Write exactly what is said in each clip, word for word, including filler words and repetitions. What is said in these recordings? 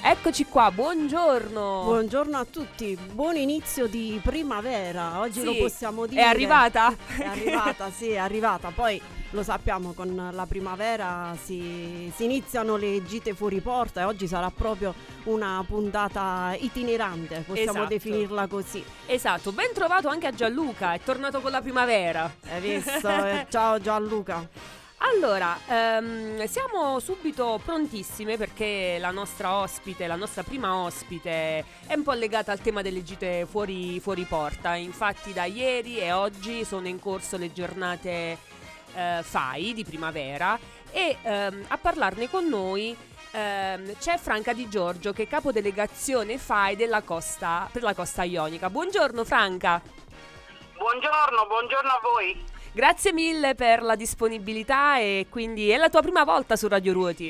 Eccoci qua, buongiorno. Buongiorno a tutti, buon inizio di primavera, oggi sì, lo possiamo dire. È arrivata? È arrivata, sì, è arrivata. Poi lo sappiamo, con la primavera si, si iniziano le gite fuori porta e oggi sarà proprio una puntata itinerante, possiamo esatto. definirla così. Esatto, ben trovato anche a Gianluca, è tornato con la primavera. Hai visto? eh, ciao Gianluca. Allora, ehm, siamo subito prontissime perché la nostra ospite, la nostra prima ospite è un po' legata al tema delle gite fuori, fuori porta. Infatti da ieri e oggi sono in corso le giornate eh, F A I di primavera e ehm, a parlarne con noi ehm, c'è Franca Di Giorgio, che è capodelegazione F A I della costa, per la costa ionica. Buongiorno Franca. Buongiorno, buongiorno a voi. Grazie mille per la disponibilità e quindi è la tua prima volta su Radio Ruoti?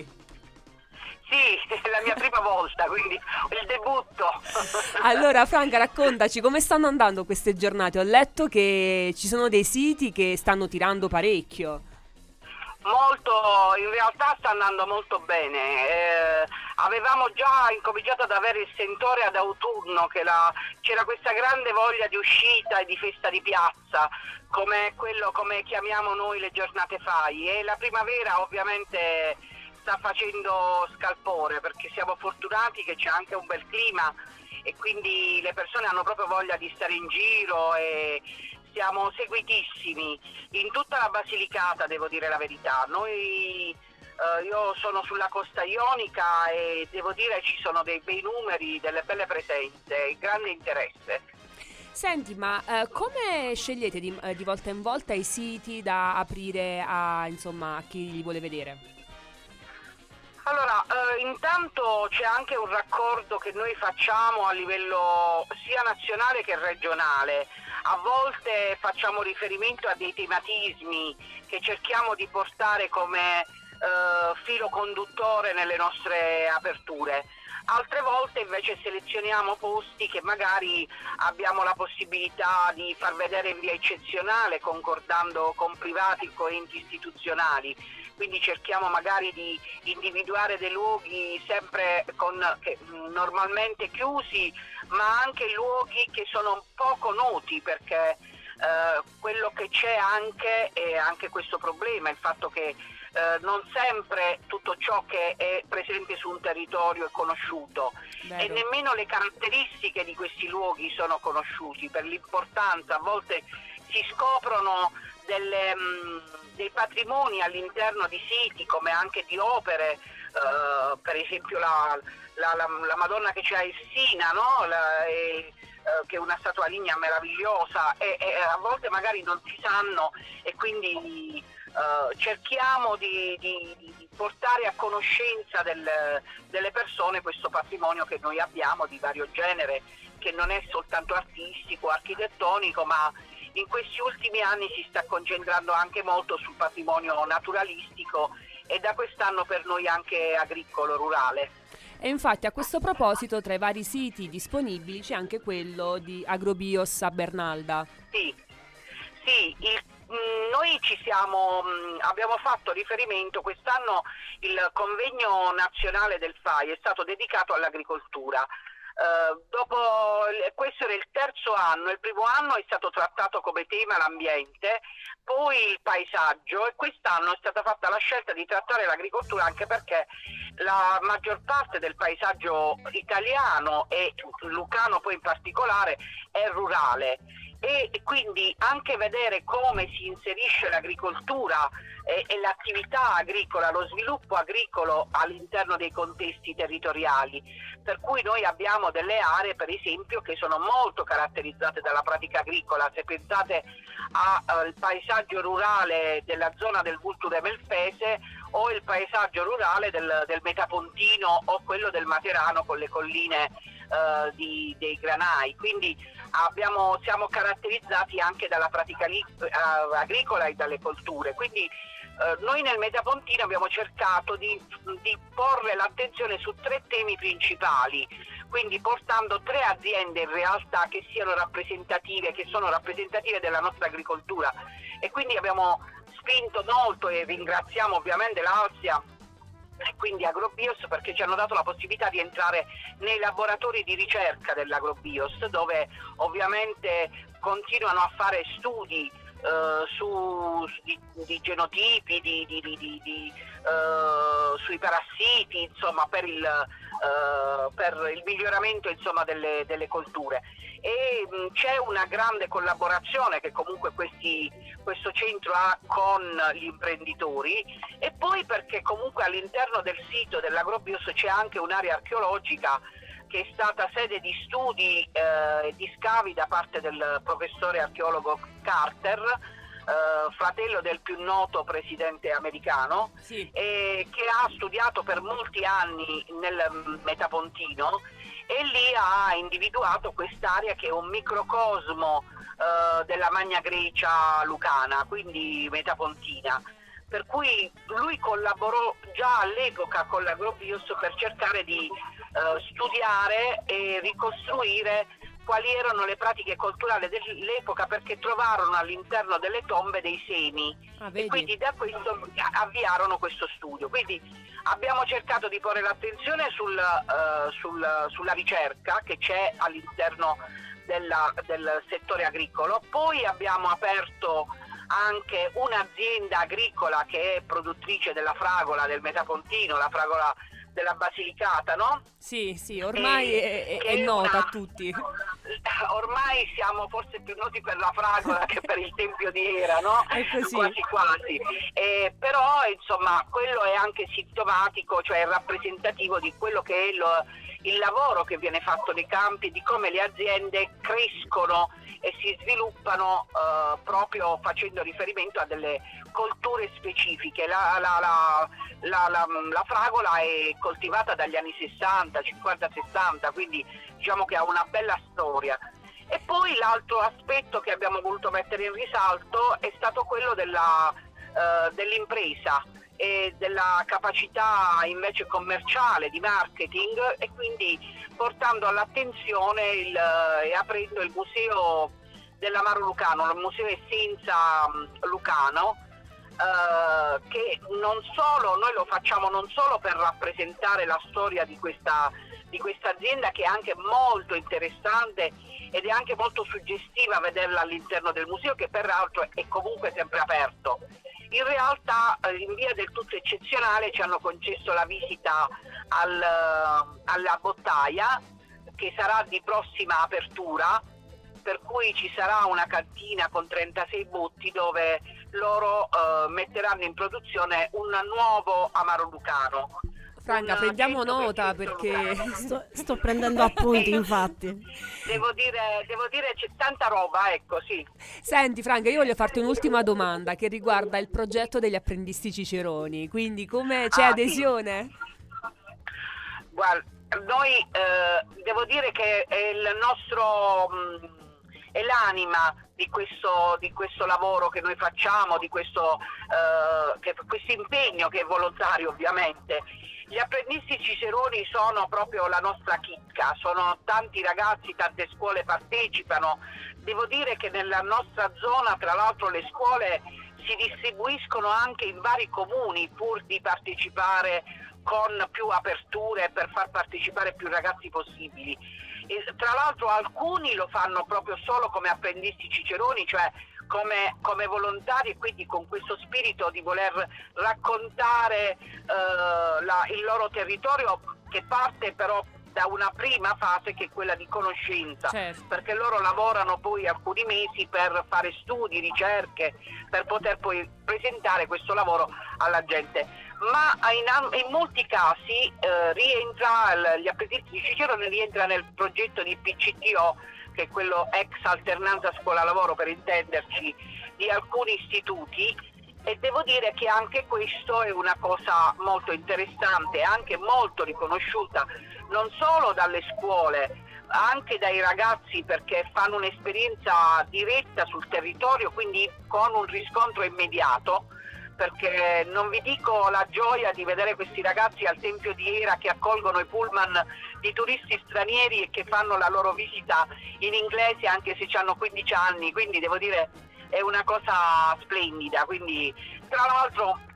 Sì, è la mia prima volta, quindi il debutto. Allora Franca, raccontaci come stanno andando queste giornate. Ho letto che ci sono dei siti che stanno tirando parecchio. Molto, in realtà sta andando molto bene. Eh, avevamo già incominciato ad avere il sentore ad autunno, che la, c'era questa grande voglia di uscita e di festa di piazza, come quello come chiamiamo noi le giornate F A I, e la primavera ovviamente sta facendo scalpore perché siamo fortunati che c'è anche un bel clima e quindi le persone hanno proprio voglia di stare in giro e siamo seguitissimi in tutta la Basilicata, devo dire la verità. Noi eh, io sono sulla costa ionica e devo dire ci sono dei bei numeri, delle belle presenze, grande interesse. Senti, ma eh, come scegliete di, eh, di volta in volta i siti da aprire a, insomma, a chi li vuole vedere? Allora, eh, intanto c'è anche un raccordo che noi facciamo a livello sia nazionale che regionale. A volte facciamo riferimento a dei tematismi che cerchiamo di portare come eh, filo conduttore nelle nostre aperture. Altre volte invece selezioniamo posti che magari abbiamo la possibilità di far vedere in via eccezionale, concordando con privati o enti istituzionali. Quindi cerchiamo magari di individuare dei luoghi sempre con, che, normalmente chiusi, ma anche luoghi che sono poco noti, perché eh, quello che c'è anche è anche questo problema, il fatto che eh, non sempre tutto ciò che è presente su un territorio è conosciuto. Vero. E nemmeno le caratteristiche di questi luoghi sono conosciuti, per l'importanza. A volte si scoprono delle, mh, dei patrimoni all'interno di siti, come anche di opere, eh, per esempio la, la, la, la Madonna che c'è a Essina, no? la, e, eh, che è una statua lignea meravigliosa, e, e a volte magari non si sanno, e quindi eh, cerchiamo di, di, di portare a conoscenza del, delle persone questo patrimonio che noi abbiamo di vario genere, che non è soltanto artistico, architettonico, ma in questi ultimi anni si sta concentrando anche molto sul patrimonio naturalistico e da quest'anno per noi anche agricolo, rurale. E infatti a questo proposito tra i vari siti disponibili c'è anche quello di Agrobios a Bernalda. Sì, sì, il, mh, noi ci siamo, mh, abbiamo fatto riferimento, quest'anno il convegno nazionale del F A I è stato dedicato all'agricoltura. Uh, dopo questo era il terzo anno, il primo anno è stato trattato come tema l'ambiente, poi il paesaggio, e quest'anno è stata fatta la scelta di trattare l'agricoltura anche perché la maggior parte del paesaggio italiano e lucano poi in particolare è rurale, e quindi anche vedere come si inserisce l'agricoltura e, e l'attività agricola, lo sviluppo agricolo all'interno dei contesti territoriali, per cui noi abbiamo delle aree per esempio che sono molto caratterizzate dalla pratica agricola. Se pensate al paesaggio rurale della zona del Vulture Melfese o il paesaggio rurale del, del Metapontino o quello del Materano con le colline eh, di, dei Granai, quindi abbiamo, siamo caratterizzati anche dalla pratica li, eh, agricola e dalle colture, quindi eh, noi nel Metapontino abbiamo cercato di, di porre l'attenzione su tre temi principali, quindi portando tre aziende in realtà che siano rappresentative, che sono rappresentative della nostra agricoltura, e quindi abbiamo spinto molto, e ringraziamo ovviamente l'Alsia e quindi Agrobios, perché ci hanno dato la possibilità di entrare nei laboratori di ricerca dell'Agrobios, dove ovviamente continuano a fare studi uh, su, di, di genotipi, di, di, di, di, di, uh, sui parassiti, insomma, per il, uh, per il miglioramento, insomma, delle, delle colture. E mh, c'è una grande collaborazione che comunque questi, questo centro ha con gli imprenditori, e poi perché comunque all'interno del sito dell'Agrobios c'è anche un'area archeologica che è stata sede di studi e eh, di scavi da parte del professore archeologo Carter, eh, fratello del più noto presidente americano, sì. e che ha studiato per molti anni nel Metapontino, e lì ha individuato quest'area che è un microcosmo eh, della Magna Grecia lucana, quindi metapontina. Per cui lui collaborò già all'epoca con l'Agrobios per cercare di eh, studiare e ricostruire quali erano le pratiche culturali dell'epoca, perché trovarono all'interno delle tombe dei semi, ah, e quindi da questo avviarono questo studio. Quindi abbiamo cercato di porre l'attenzione sul, uh, sul, sulla ricerca che c'è all'interno della, del settore agricolo. Poi abbiamo aperto anche un'azienda agricola che è produttrice della fragola del Metapontino, la fragola della Basilicata, no? Sì, sì, ormai e, è, è, è nota una, a tutti. Ormai siamo forse più noti per la fragola che per il Tempio di Era, no? È così. Quasi quasi. Eh, però insomma quello è anche sintomatico, cioè rappresentativo di quello che è lo, il lavoro che viene fatto nei campi, di come le aziende crescono e si sviluppano eh, proprio facendo riferimento a delle colture specifiche. La, la, la, la, la, la fragola è coltivata dagli anni sessanta, cinquanta, sessanta, quindi diciamo che ha una bella storia. E poi l'altro aspetto che abbiamo voluto mettere in risalto è stato quello della, eh, dell'impresa e della capacità invece commerciale, di marketing, e quindi portando all'attenzione il, e aprendo il museo dell'Amaro Lucano, il museo Essenza Lucano, eh, che non solo noi lo facciamo non solo per rappresentare la storia di questa di questa azienda, che è anche molto interessante ed è anche molto suggestiva vederla all'interno del museo, che peraltro è comunque sempre aperto. In realtà in via del tutto eccezionale ci hanno concesso la visita al, alla bottaia, che sarà di prossima apertura, per cui ci sarà una cantina con trentasei botti dove loro eh, metteranno in produzione un nuovo Amaro Lucano. Franca, prendiamo nota perché sto, sto prendendo appunti, infatti. Devo dire, devo dire c'è tanta roba, ecco, sì. Senti Franca, io voglio farti un'ultima domanda che riguarda il progetto degli apprendisti Ciceroni, quindi come c'è ah, adesione? Sì. Guarda, noi eh, devo dire che è il nostro mh, è l'anima di questo, di questo lavoro che noi facciamo, di questo, eh, che, questo impegno che è volontario ovviamente. Gli apprendisti Ciceroni sono proprio la nostra chicca, sono tanti ragazzi, tante scuole partecipano. Devo dire che nella nostra zona, tra l'altro, le scuole si distribuiscono anche in vari comuni pur di partecipare con più aperture per far partecipare più ragazzi possibili. E, tra l'altro, alcuni lo fanno proprio solo come apprendisti Ciceroni, cioè Come, come volontari, e quindi con questo spirito di voler raccontare eh, la, il loro territorio, che parte però da una prima fase che è quella di conoscenza, certo. Perché loro lavorano poi alcuni mesi per fare studi, ricerche, per poter poi presentare questo lavoro alla gente. Ma in, in molti casi eh, rientra, gli apprendisti di Cicerone rientra nel progetto di P C T O, che è quello ex alternanza scuola-lavoro, per intenderci, di alcuni istituti, e devo dire che anche questo è una cosa molto interessante, anche molto riconosciuta, non solo dalle scuole, anche dai ragazzi, perché fanno un'esperienza diretta sul territorio, quindi con un riscontro immediato, perché non vi dico la gioia di vedere questi ragazzi al Tempio di Era che accolgono i pullman di turisti stranieri e che fanno la loro visita in inglese anche se hanno quindici anni, quindi devo dire è una cosa splendida. Quindi, tra l'altro,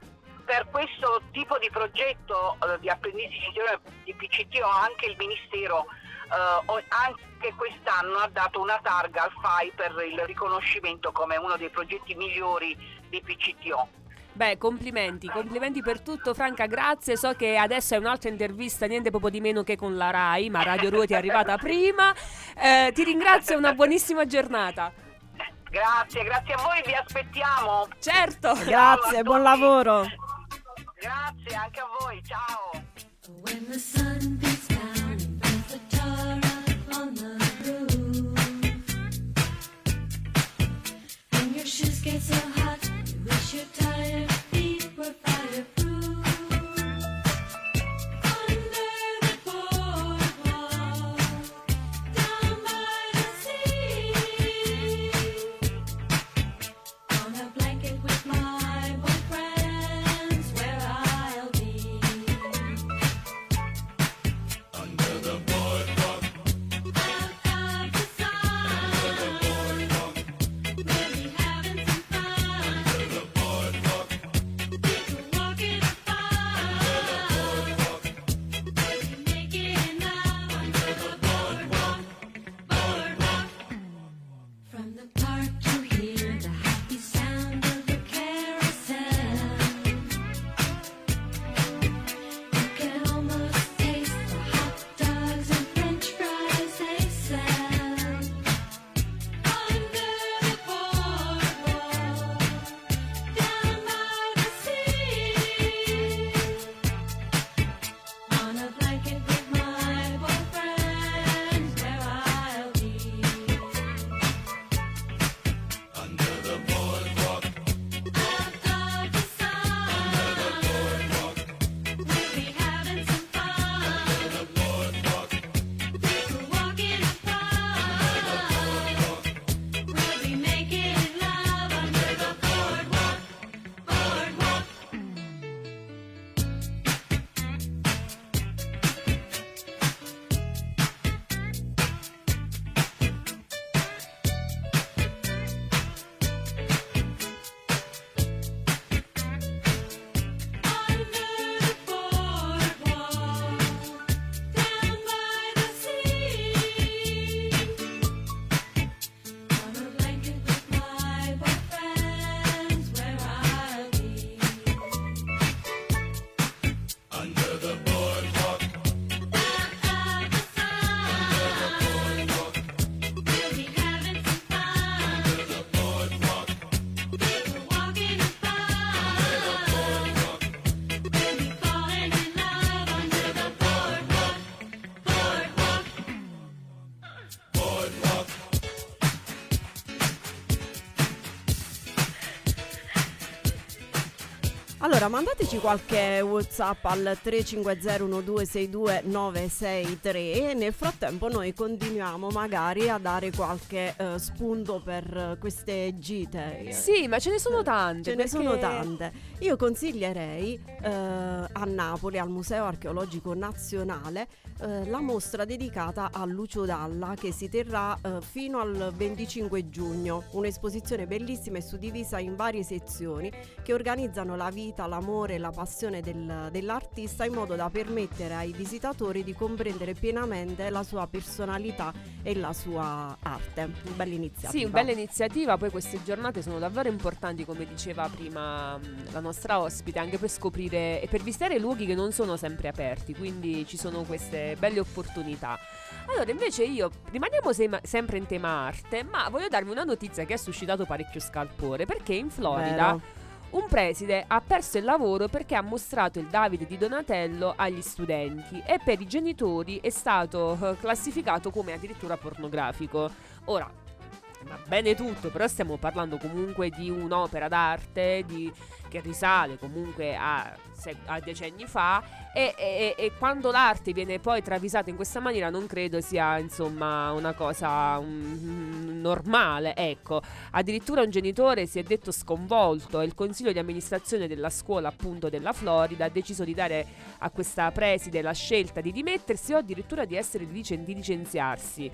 per questo tipo di progetto eh, di apprendista di P C T O anche il Ministero eh, anche quest'anno ha dato una targa al F A I per il riconoscimento come uno dei progetti migliori di P C T O. Beh, complimenti, complimenti per tutto, Franca, grazie. So che adesso è un'altra intervista, niente proprio di meno che con la Rai, ma Radio Ruoti è arrivata prima. Eh, ti ringrazio e una buonissima giornata. Grazie, grazie a voi, vi aspettiamo. Certo. Grazie, buon lavoro. Grazie anche a voi, ciao. When the sun beats down and puts the tar up on the roof, and your shoes get so hot, you wish your tired feet were fireproof. Under the boardwalk, down by the sea, on a blanket with my boyfriend's where I'll be. Under the boardwalk, outside the sun, under the boardwalk, we'll be having some fun. Under the boardwalk, people walking apart. Under the boardwalk, we'll be making love. Under the boardwalk, boardwalk. From the park you hear the happy sound of the carousel. You can almost taste the hot dogs and french fries they sell. Under the boardwalk, down by the sea, on a blanket with my boyfriend where I'll be. Under the boardwalk, outside the sun, under the boardwalk, we'll be having some fun. Under the boardwalk, people walking apart. Under the boardwalk, we'll be making love. Under the boardwalk, boardwalk. Under the boardwalk, down by the sea, on a blanket with my boyfriend's where I'll be. Under the boardwalk, outside the sun, under the boardwalk, we'll be having some fun. Under the boardwalk, people walking apart. Under the boardwalk, we'll be falling in love. Under the boardwalk, boardwalk, boardwalk. Allora, mandateci qualche WhatsApp al tre cinque zero uno due sei due nove sei tre e nel frattempo noi continuiamo magari a dare qualche eh, spunto per eh, queste gite. Sì, ma ce ne sono tante. Ce ne perché- sono tante. Io consiglierei eh, a Napoli, al Museo Archeologico Nazionale, eh, la mostra dedicata a Lucio Dalla che si terrà eh, fino al venticinque giugno. Un'esposizione bellissima e suddivisa in varie sezioni che organizzano la vita, l'amore e la passione del- dell'artista in modo da permettere ai visitatori di comprendere pienamente la sua personalità e la sua arte. Una bella iniziativa. Sì, bella iniziativa. Poi queste giornate sono davvero importanti, come diceva prima mh, la nostra ospite, anche per scoprire e per visitare luoghi che non sono sempre aperti, quindi ci sono queste belle opportunità. Allora, invece io rimaniamo sema- sempre in tema arte, ma voglio darvi una notizia che ha suscitato parecchio scalpore, perché in Florida Vero. un preside ha perso il lavoro perché ha mostrato il Davide di Donatello agli studenti e per i genitori è stato eh, classificato come addirittura pornografico. Ora, va bene tutto, però stiamo parlando comunque di un'opera d'arte di, che risale comunque a, se- a decenni fa e, e- e quando l'arte viene poi travisata in questa maniera non credo sia insomma una cosa mm, normale, ecco. Addirittura un genitore si è detto sconvolto e il consiglio di amministrazione della scuola appunto della Florida ha deciso di dare a questa preside la scelta di dimettersi o addirittura di essere licen- di licenziarsi.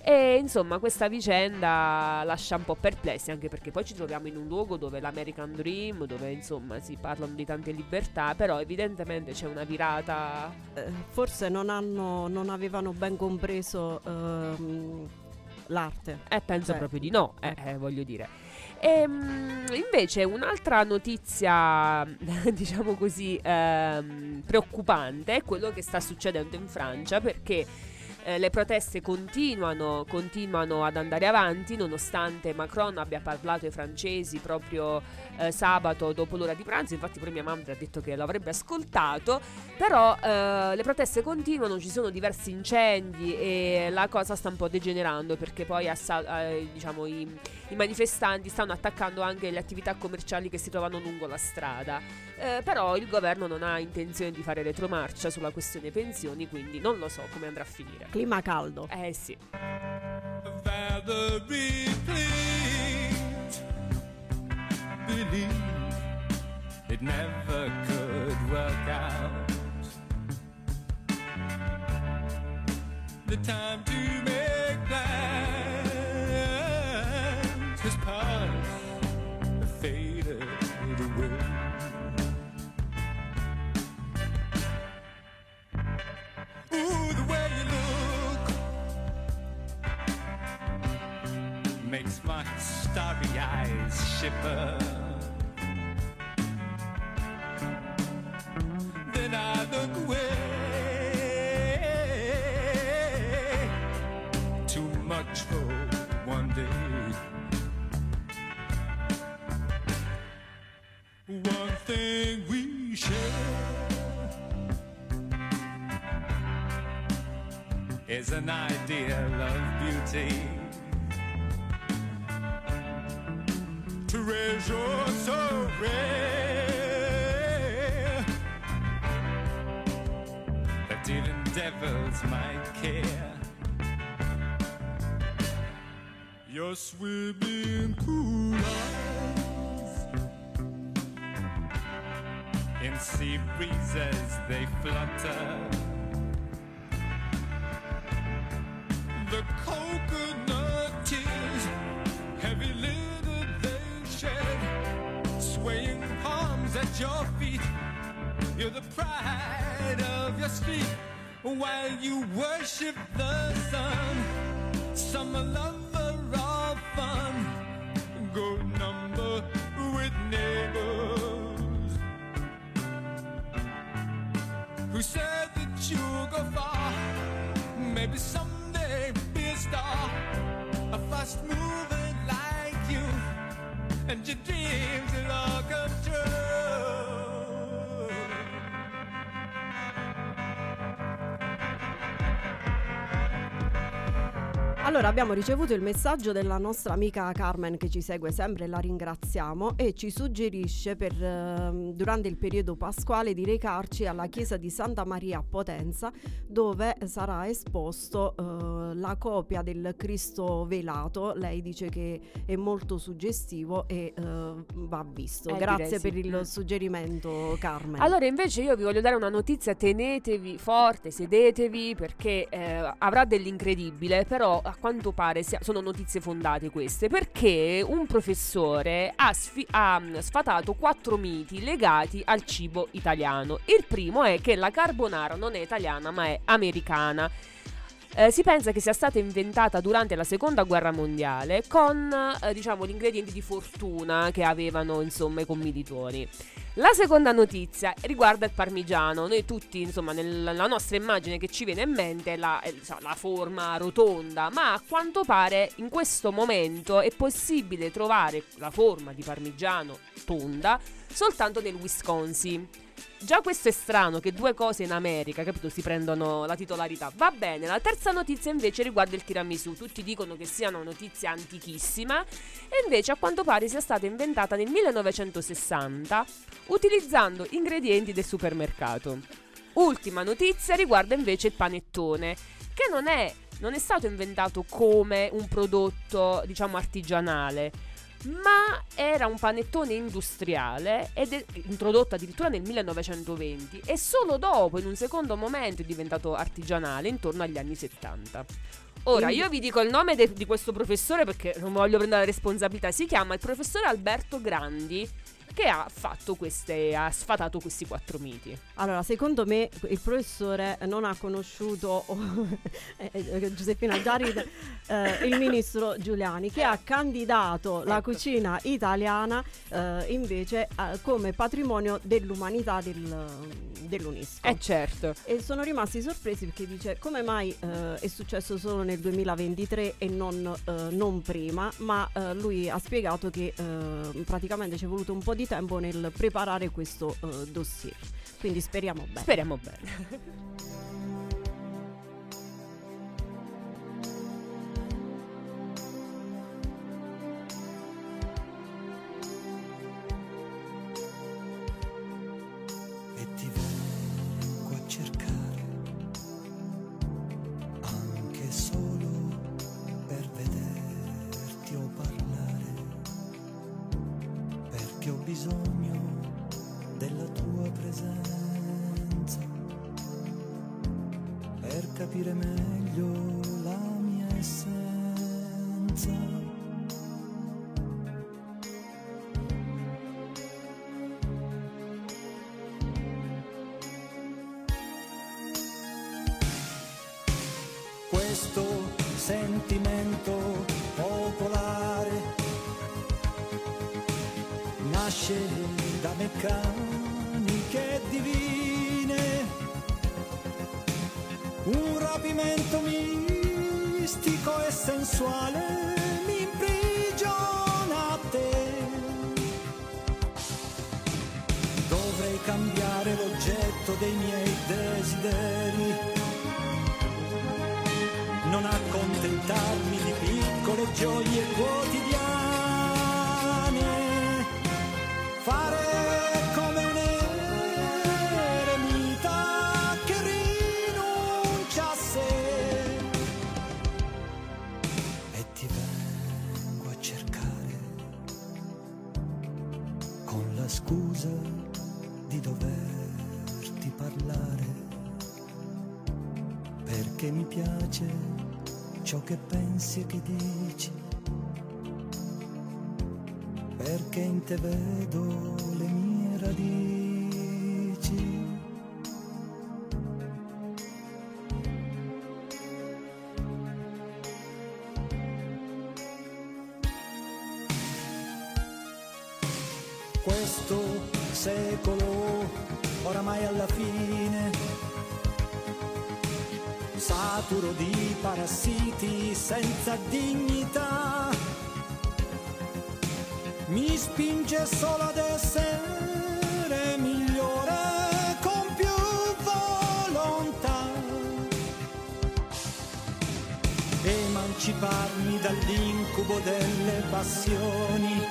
E insomma questa vicenda lascia un po' perplessi, anche perché poi ci troviamo in un luogo dove l'American Dream, dove insomma si parlano di tante libertà, però evidentemente c'è una virata. Eh, forse non hanno non avevano ben compreso ehm, l'arte. Eh, penso Cioè, proprio di no, eh, eh, voglio dire. Ehm, invece un'altra notizia, diciamo così, ehm, preoccupante è quello che sta succedendo in Francia, perché eh, le proteste continuano, continuano ad andare avanti, nonostante Macron abbia parlato ai francesi proprio eh, sabato dopo l'ora di pranzo. Infatti pure mia mamma ha detto che lo avrebbe ascoltato. Però eh, le proteste continuano, ci sono diversi incendi e la cosa sta un po' degenerando, perché poi assa- eh, diciamo i, i manifestanti stanno attaccando anche le attività commerciali che si trovano lungo la strada. Eh, però il governo non ha intenzione di fare retromarcia sulla questione pensioni, quindi non lo so come andrà a finire. Clima caldo. Eh sì. Valerie, please believe it never could work out. The time to make plans has passed, faded away. Ooh, the way you look makes my starry eyes shiver. Then I look away. Too much for one day. One thing we share is an ideal of beauty. Treasure so rare that even devils might care. Your swimming pool eyes in sea breezes they flutter. The coconut tears, heavy lidded they shed, swaying palms at your feet. You're the pride of your street while you worship the sun. Summer lover of fun, go number with neighbors who said that you'll go far. Maybe someday be a star, a fast mover like you, and your dreams will all come true. Allora, abbiamo ricevuto il messaggio della nostra amica Carmen, che ci segue sempre e la ringraziamo, e ci suggerisce per eh, durante il periodo pasquale di recarci alla chiesa di Santa Maria a Potenza, dove sarà esposto eh, la copia del Cristo velato. Lei dice che è molto suggestivo e eh, va visto. Eh, Grazie direi sì. per il Mm. suggerimento, Carmen. Allora invece io vi voglio dare una notizia, tenetevi forte, sedetevi, perché eh, avrà dell'incredibile, però a quanto pare sia- sono notizie fondate queste, perché un professore ha, sfi- ha mm, sfatato quattro miti legati al cibo italiano. Il primo è che la carbonara non è italiana ma è americana. Eh, si pensa che sia stata inventata durante la seconda guerra mondiale con eh, diciamo gli ingredienti di fortuna che avevano insomma i commilitoni. La seconda notizia riguarda il parmigiano. Noi tutti insomma nella nostra immagine che ci viene in mente è la, eh, so, la forma rotonda, ma a quanto pare in questo momento è possibile trovare la forma di parmigiano tonda soltanto nel Wisconsin. Già questo è strano, che due cose in America, capito, si prendono la titolarità. Va bene, la terza notizia invece riguarda il tiramisù. Tutti dicono che sia una notizia antichissima e invece a quanto pare sia stata inventata nel millenovecentosessanta utilizzando ingredienti del supermercato. Ultima notizia riguarda invece il panettone, che non è, non è stato inventato come un prodotto, diciamo, artigianale, ma era un panettone industriale ed è introdotto addirittura nel millenovecentoventi e solo dopo, in un secondo momento, è diventato artigianale intorno agli anni settanta. Ora In- io vi dico il nome de- di questo professore perché non voglio prendere la responsabilità. Si chiama il professore Alberto Grandi, che ha fatto queste, ha sfatato questi quattro miti. Allora, secondo me il professore non ha conosciuto eh, eh, Giuseppina Giari, eh, il ministro Giuliani, che ha candidato la Ecco. cucina italiana eh, invece eh, come patrimonio dell'umanità del, dell'UNESCO. Eh certo. E sono rimasti sorpresi perché dice come mai eh, è successo solo nel duemilaventitré e non, eh, non prima, ma eh, lui ha spiegato che eh, praticamente ci è voluto un po' di tempo nel preparare questo eh, dossier. Quindi speriamo bene. Speriamo bene. E ti vengo a cercare anche solo per vederti o parlare, perché ho bisogno della tua presenza per capire meglio la mia essenza. Questo sentimento popolare nasce da meccaniche divine, un rapimento mistico e sensuale mi imprigiona a te. Dovrei cambiare l'oggetto dei miei desideri, non accontentarmi di piccole gioie quotidiane, fare come un eremita che rinuncia a sé. E ti vengo a cercare con la scusa di doverti parlare, perché mi piace ciò che pensi e che dici, perché in te vedo le mie radici. Questo secolo oramai alla fine, saturo di parassiti senza dignità, mi spinge solo ad essere migliore con più volontà, emanciparmi dall'incubo delle passioni,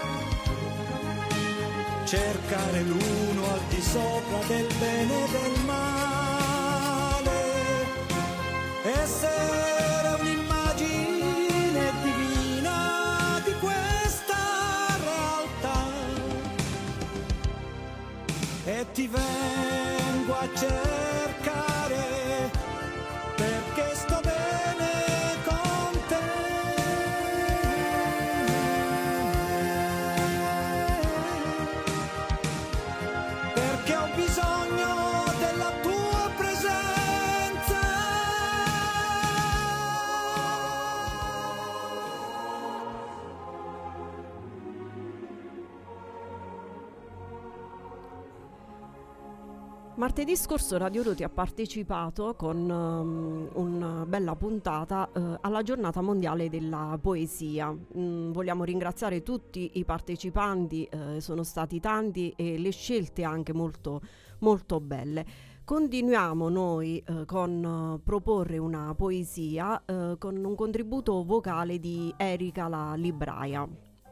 cercare l'uno al di sopra del bene e del male, essere un'immagine divina di questa realtà. E ti vengo a cercare perché sto bene con te, perché ho bisogno della tua presenza. Martedì scorso Radio Ruti ha partecipato con um, una bella puntata uh, alla giornata mondiale della poesia. Mm, vogliamo ringraziare tutti i partecipanti, uh, sono stati tanti e le scelte anche molto, molto belle. Continuiamo noi uh, con uh, proporre una poesia uh, con un contributo vocale di Erika la libraia.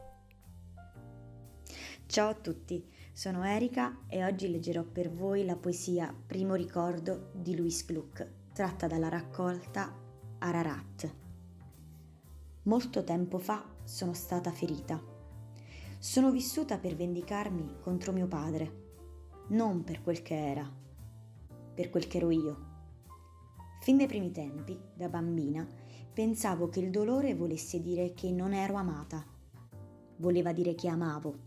Ciao a tutti, sono Erika e oggi leggerò per voi la poesia Primo ricordo di Louis Gluck, tratta dalla raccolta Ararat. Molto tempo fa sono stata ferita. Sono vissuta per vendicarmi contro mio padre, non per quel che era, per quel che ero io. Fin dai primi tempi, da bambina, Pensavo che il dolore volesse dire che non ero amata. Voleva dire che amavo.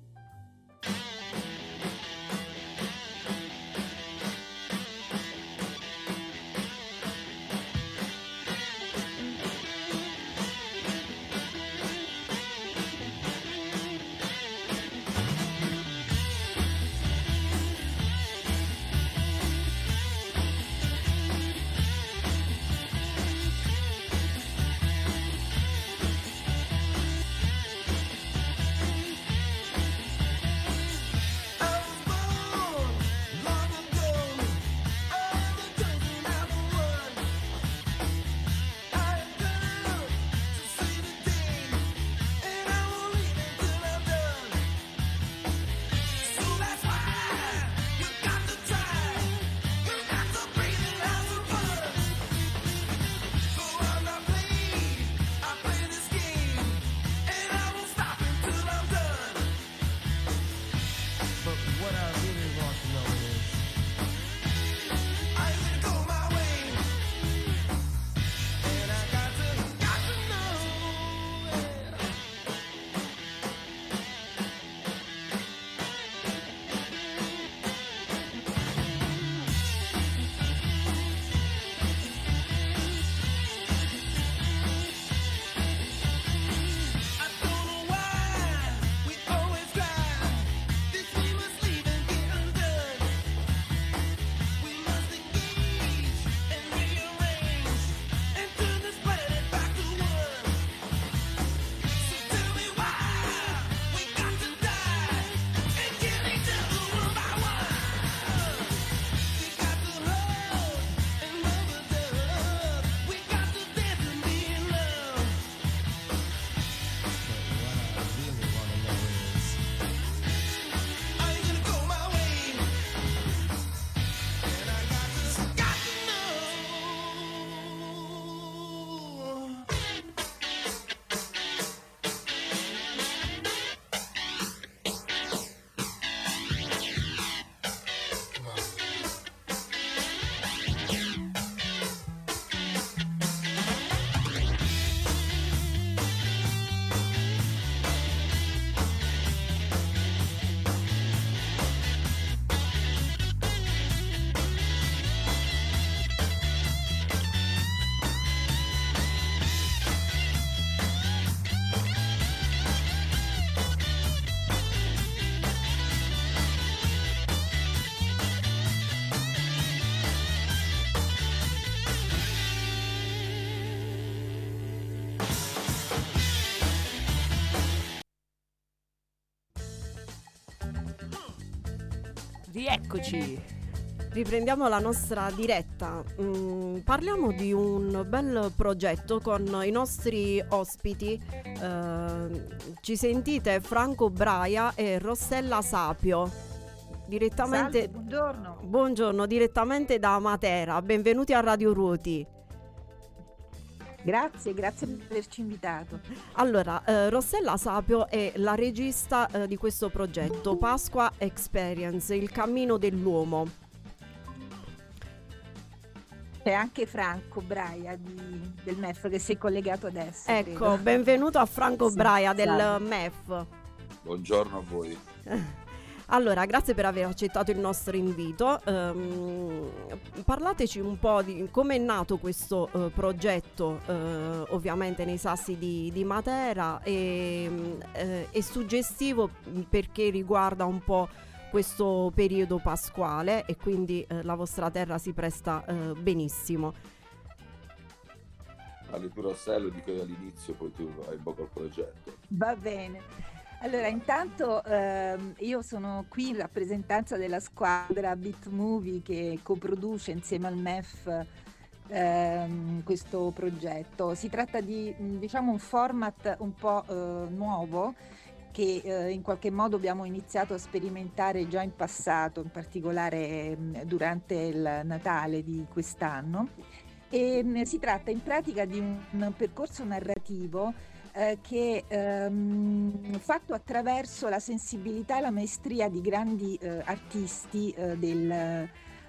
Rieccoci. Riprendiamo la nostra diretta. Mm, parliamo di un bel progetto con i nostri ospiti. Eh, ci sentite Franco Braia e Rossella Sapio. Direttamente. Salve, buongiorno. Buongiorno, direttamente da Matera. Benvenuti a Radio Ruoti. Grazie, grazie per averci invitato. Allora, eh, Rossella Sapio è la regista eh, di questo progetto, Pasqua Experience, il cammino dell'uomo. C'è anche Franco Braia di- del M E F che si è collegato adesso. Ecco, credo. benvenuto a Franco Sì, Braia del salve. M E F. Buongiorno a voi. Allora, grazie per aver accettato il nostro invito. Ehm, parlateci un po' di come è nato questo eh, progetto, eh, ovviamente nei Sassi di, di Matera, e mm, eh, è suggestivo mm, perché riguarda un po' questo periodo pasquale e quindi eh, la vostra terra si presta eh, benissimo. Alle tue Rossello dico io all'inizio, poi tu vai in bocca al progetto. Va bene. Allora, intanto ehm, io sono qui in rappresentanza della squadra Beat Movie che coproduce insieme al M E F ehm, questo progetto. Si tratta di mh, diciamo un format un po' eh, nuovo che eh, in qualche modo abbiamo iniziato a sperimentare già in passato, in particolare mh, durante il Natale di quest'anno. E, mh, si tratta in pratica di un, un percorso narrativo eh, che ehm, fatto attraverso la sensibilità e la maestria di grandi eh, artisti eh, del,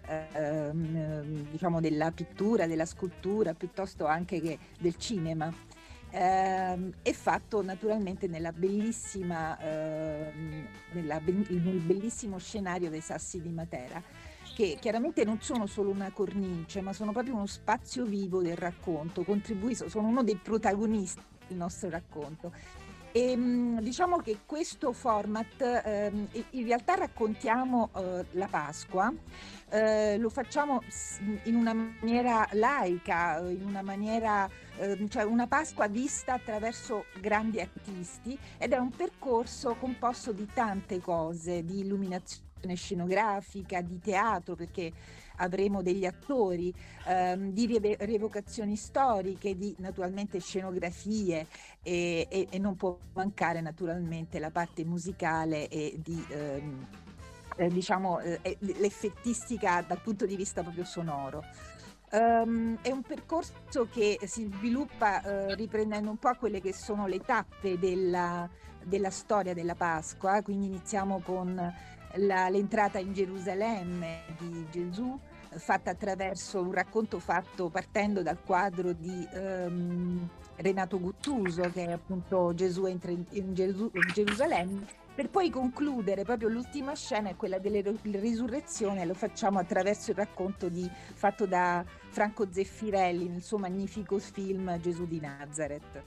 ehm, diciamo della pittura, della scultura, piuttosto anche che del cinema. Ehm, è fatto naturalmente nella bellissima, ehm, nella be- nel bellissimo scenario dei Sassi di Matera, che chiaramente non sono solo una cornice, ma sono proprio uno spazio vivo del racconto, contribuiscono, sono uno dei protagonisti del nostro racconto. E mh, diciamo che questo format, ehm, in in realtà raccontiamo eh, la Pasqua, eh, lo facciamo s- in una maniera laica, eh, in una maniera, ehm, cioè una Pasqua vista attraverso grandi artisti, ed è un percorso composto di tante cose, di illuminazione scenografica, di teatro, perché avremo degli attori, ehm, di rieve- rievocazioni storiche, di naturalmente scenografie, e, e- e non può mancare naturalmente la parte musicale e di ehm, eh, diciamo eh, eh, l'effettistica dal punto di vista proprio sonoro. Ehm, è un percorso che si sviluppa eh, riprendendo un po' quelle che sono le tappe della, della storia della Pasqua, quindi iniziamo con la- l'entrata in Gerusalemme di Gesù, eh, fatta attraverso un racconto fatto partendo dal quadro di ehm, Renato Guttuso, che è appunto Gesù entra in, in Gesu- in Gerusalemme, per poi concludere proprio l'ultima scena, è quella della risurrezione, lo facciamo attraverso il racconto di, fatto da Franco Zeffirelli nel suo magnifico film Gesù di Nazareth.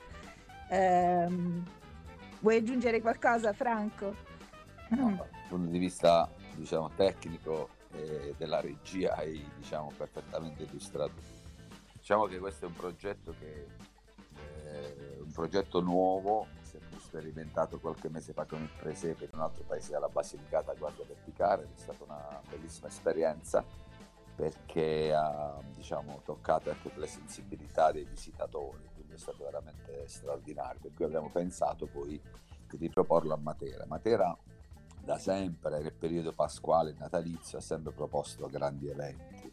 Ehm, vuoi aggiungere qualcosa, Franco? No, dal punto di vista, diciamo, tecnico e della regia hai, diciamo, perfettamente illustrato. Diciamo che questo è un progetto che è un progetto nuovo, si è sperimentato qualche mese fa con il Presepe in un altro paese, alla Basilicata, a Guardia Verticale, è stata una bellissima esperienza perché ha, diciamo, toccato anche le sensibilità dei visitatori, quindi è stato veramente straordinario, per cui abbiamo pensato poi di riproporlo a Matera. Matera da sempre, nel periodo pasquale e natalizio, ha sempre proposto grandi eventi.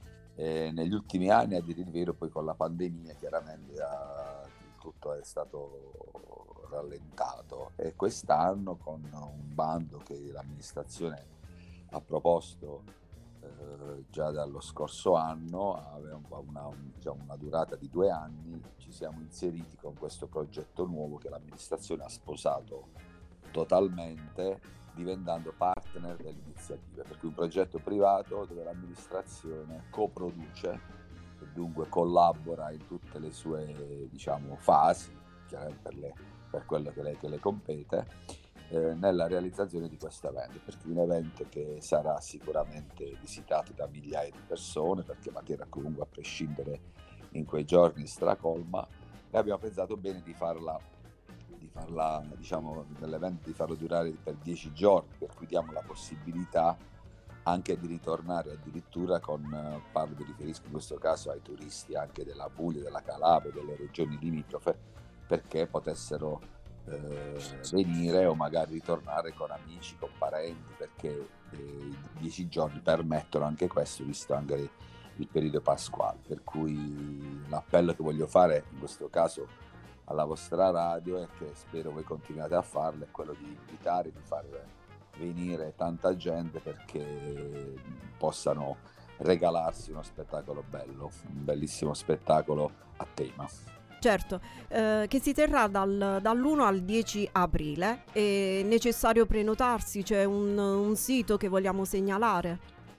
E negli ultimi anni, a dire il vero, poi con la pandemia chiaramente ha- tutto è stato rallentato, e quest'anno con un bando che l'amministrazione ha proposto eh, già dallo scorso anno, aveva un po' una, un- diciamo, una durata di due anni, ci siamo inseriti con questo progetto nuovo che l'amministrazione ha sposato totalmente, diventando partner dell'iniziativa, per cui un progetto privato dove l'amministrazione coproduce e dunque collabora in tutte le sue, diciamo, fasi, chiaramente per, le- per quello che le, che le compete, eh, nella realizzazione di questo evento, perché è un evento che sarà sicuramente visitato da migliaia di persone, perché Matera comunque a prescindere in quei giorni stracolma, e abbiamo pensato bene di farla di farla, diciamo, nell'evento di farlo durare per dieci giorni, per cui diamo la possibilità anche di ritornare addirittura con, eh, parlo, mi riferisco in questo caso ai turisti anche della Puglia, della Calabria, delle regioni limitrofe, perché potessero eh, venire o magari ritornare con amici, con parenti, perché eh, i dieci giorni permettono anche questo, visto anche il periodo pasquale. Per cui l'appello che voglio fare in questo caso alla vostra radio, e che spero voi continuate a farlo, è quello di invitare, di far venire tanta gente perché possano regalarsi uno spettacolo bello, un bellissimo spettacolo a tema. Certo, eh, che si terrà dal- dall'primo al dieci aprile. È necessario prenotarsi, c'è un, un sito che vogliamo segnalare.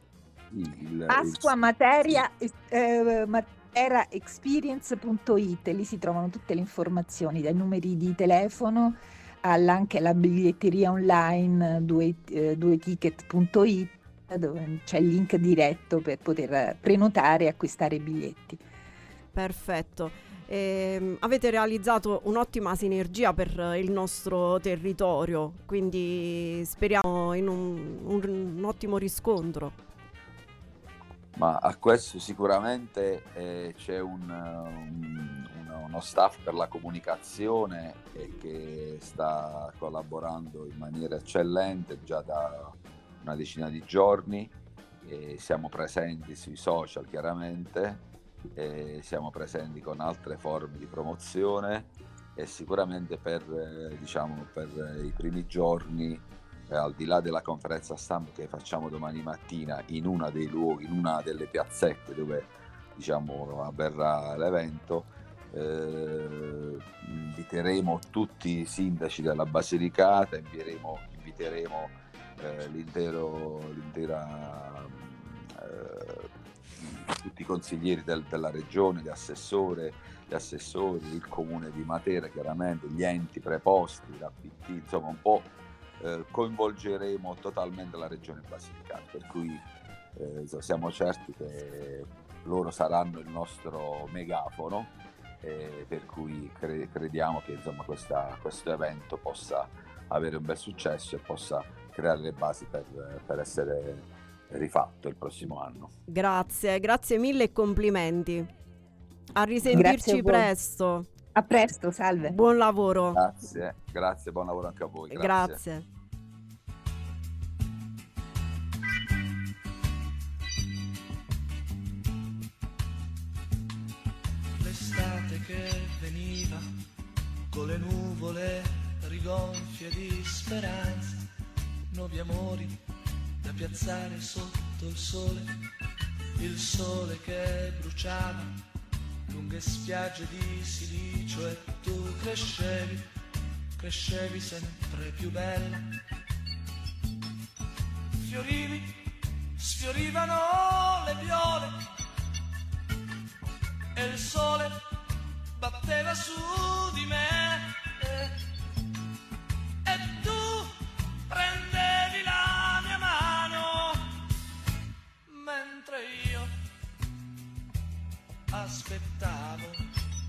Il, Pasqua il- Materia, eh, materaexperience punto it, lì si trovano tutte le informazioni, dai numeri di telefono alla, anche la biglietteria online due, eh, dueticket punto it, dove c'è il link diretto per poter prenotare e acquistare i biglietti. Perfetto. Ehm, avete realizzato un'ottima sinergia per eh, il nostro territorio, quindi speriamo in un, un- un ottimo riscontro. Ma a questo sicuramente eh, c'è un, un- uno uno staff per la comunicazione eh, che sta collaborando in maniera eccellente già da una decina di giorni. E siamo presenti sui social chiaramente, e siamo presenti con altre forme di promozione, e sicuramente per, eh, diciamo, per i primi giorni eh, al di là della conferenza stampa che facciamo domani mattina in una dei luoghi, in una delle piazzette dove diciamo avverrà l'evento, eh, inviteremo tutti i sindaci della Basilicata, invieremo, inviteremo eh, l'intero, l'intera, eh, tutti i consiglieri del- della regione, gli assessori, gli assessori, il comune di Matera, chiaramente, gli enti preposti, la P T, insomma un po' eh, coinvolgeremo totalmente la regione Basilicata, per cui eh, so- siamo certi che loro saranno il nostro megafono, eh, per cui cre- crediamo che insomma questa- questo evento possa avere un bel successo e possa creare le basi per, per essere rifatto il prossimo anno. Grazie, grazie mille e complimenti. A Grazie risentirci a voi. presto. A presto, salve. Buon lavoro. Grazie, grazie, buon lavoro anche a voi. Grazie. Grazie. L'estate che veniva con le nuvole rigonfie di speranza, nuovi amori da piazzare sotto il sole, il sole che bruciava lunghe spiagge di silicio e tu crescevi, crescevi sempre più bella, fiorivi, sfiorivano le viole e il sole batteva su di me eh, e tu prendevi la mia mano mentre io aspettavo.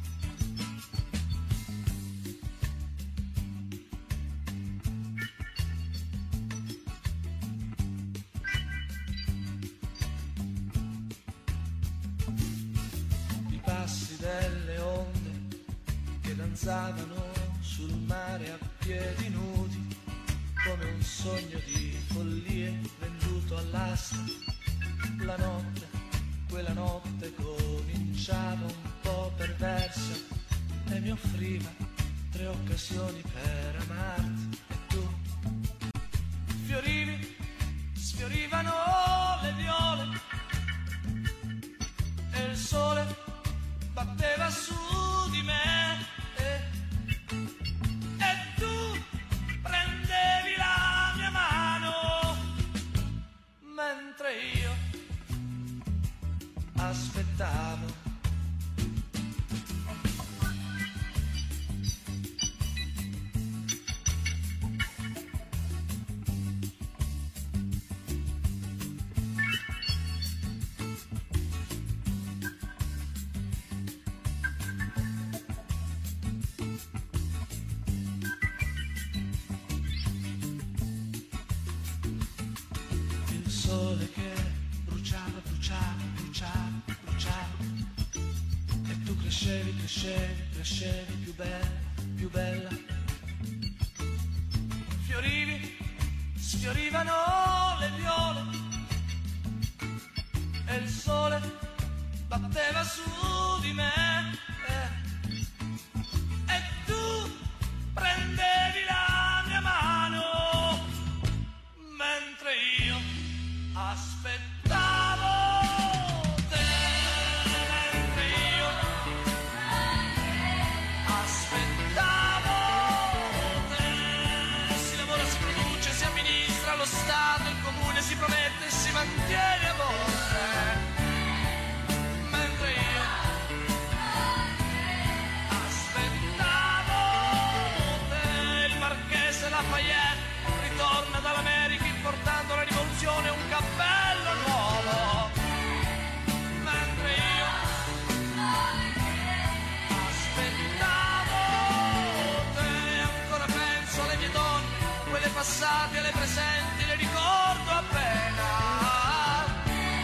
I passi delle onde che danzavano sul mare a piedi nudi, come un sogno di follie venduto all'asta. La notte, quella notte cominciava un po' perversa e mi offriva tre occasioni per amarti e tu fiorivi, sfiorivano le viole e il sole batteva su di me eh, e tu prendevi la mia mano mentre io aspettavo. Il sole che bruciava, bruciava, bruciava, bruciava e tu crescevi, crescevi, crescevi più bella, più bella. Fiorivi, sfiorivano le viole e il sole batteva su di me eh, e tu prendevi la mia mano mentre io aspettavo te, mentre io aspettavo te. Si lavora, si produce, si amministra, lo Stato, il comune si promette e si mantiene a volte, mentre io aspettavo te. Il marchese Lafayette ritorna dall'America portando la rivoluzione e un cappello nuovo, mentre io aspettavo te. Ancora penso alle mie donne, quelle passate e alle presenti, le ricordo appena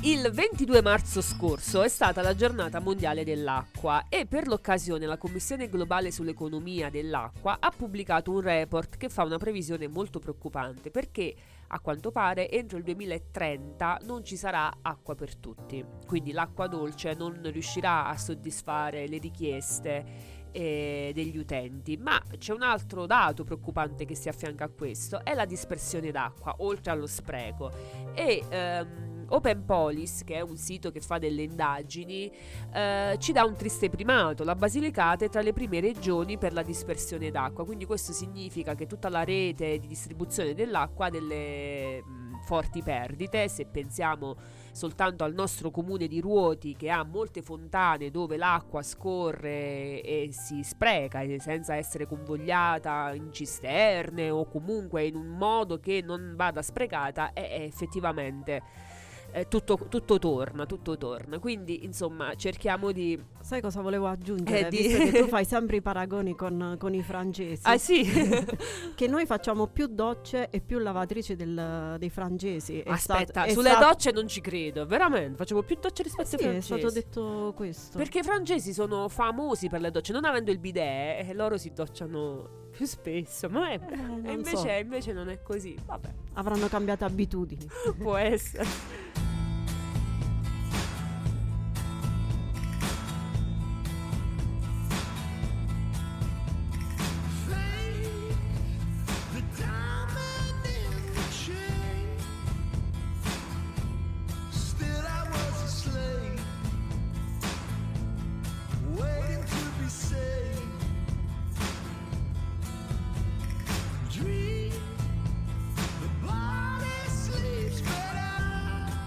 Il ventidue marzo scorso è stata la giornata mondiale dell'acqua e per l'occasione la Commissione globale sull'economia dell'acqua ha pubblicato un report che fa una previsione molto preoccupante, perché a quanto pare entro il duemilatrenta non ci sarà acqua per tutti, quindi l'acqua dolce non riuscirà a soddisfare le richieste eh, degli utenti. Ma c'è un altro dato preoccupante che si affianca a questo, è la dispersione d'acqua, oltre allo spreco. E ehm, Open Polis, che è un sito che fa delle indagini, eh, ci dà un triste primato. La Basilicata è tra le prime regioni per la dispersione d'acqua, quindi questo significa che tutta la rete di distribuzione dell'acqua ha delle mh, forti perdite. Se pensiamo soltanto al nostro comune di Ruoti, che ha molte fontane dove l'acqua scorre e si spreca e senza essere convogliata in cisterne o comunque in un modo che non vada sprecata, è, è effettivamente eh, tutto, tutto torna, tutto torna. Quindi insomma cerchiamo di... Sai cosa volevo aggiungere? Eh, di- Visto che tu fai sempre i paragoni con, con i francesi. Ah sì? Che noi facciamo più docce e più lavatrici del- dei francesi. È Aspetta, stat- è sulle stat- docce non ci credo, veramente, facciamo più docce rispetto Sì, ai è francesi. stato detto questo. Perché i francesi sono famosi per le docce, non avendo il bidet, eh, loro si docciano più spesso, ma è, Eh, non e invece, so. invece non è così. Vabbè, Avranno cambiato abitudini. può essere. The diamond in the chain. Still I was a slave, waiting to be saved. Dream, the body sleeps, but I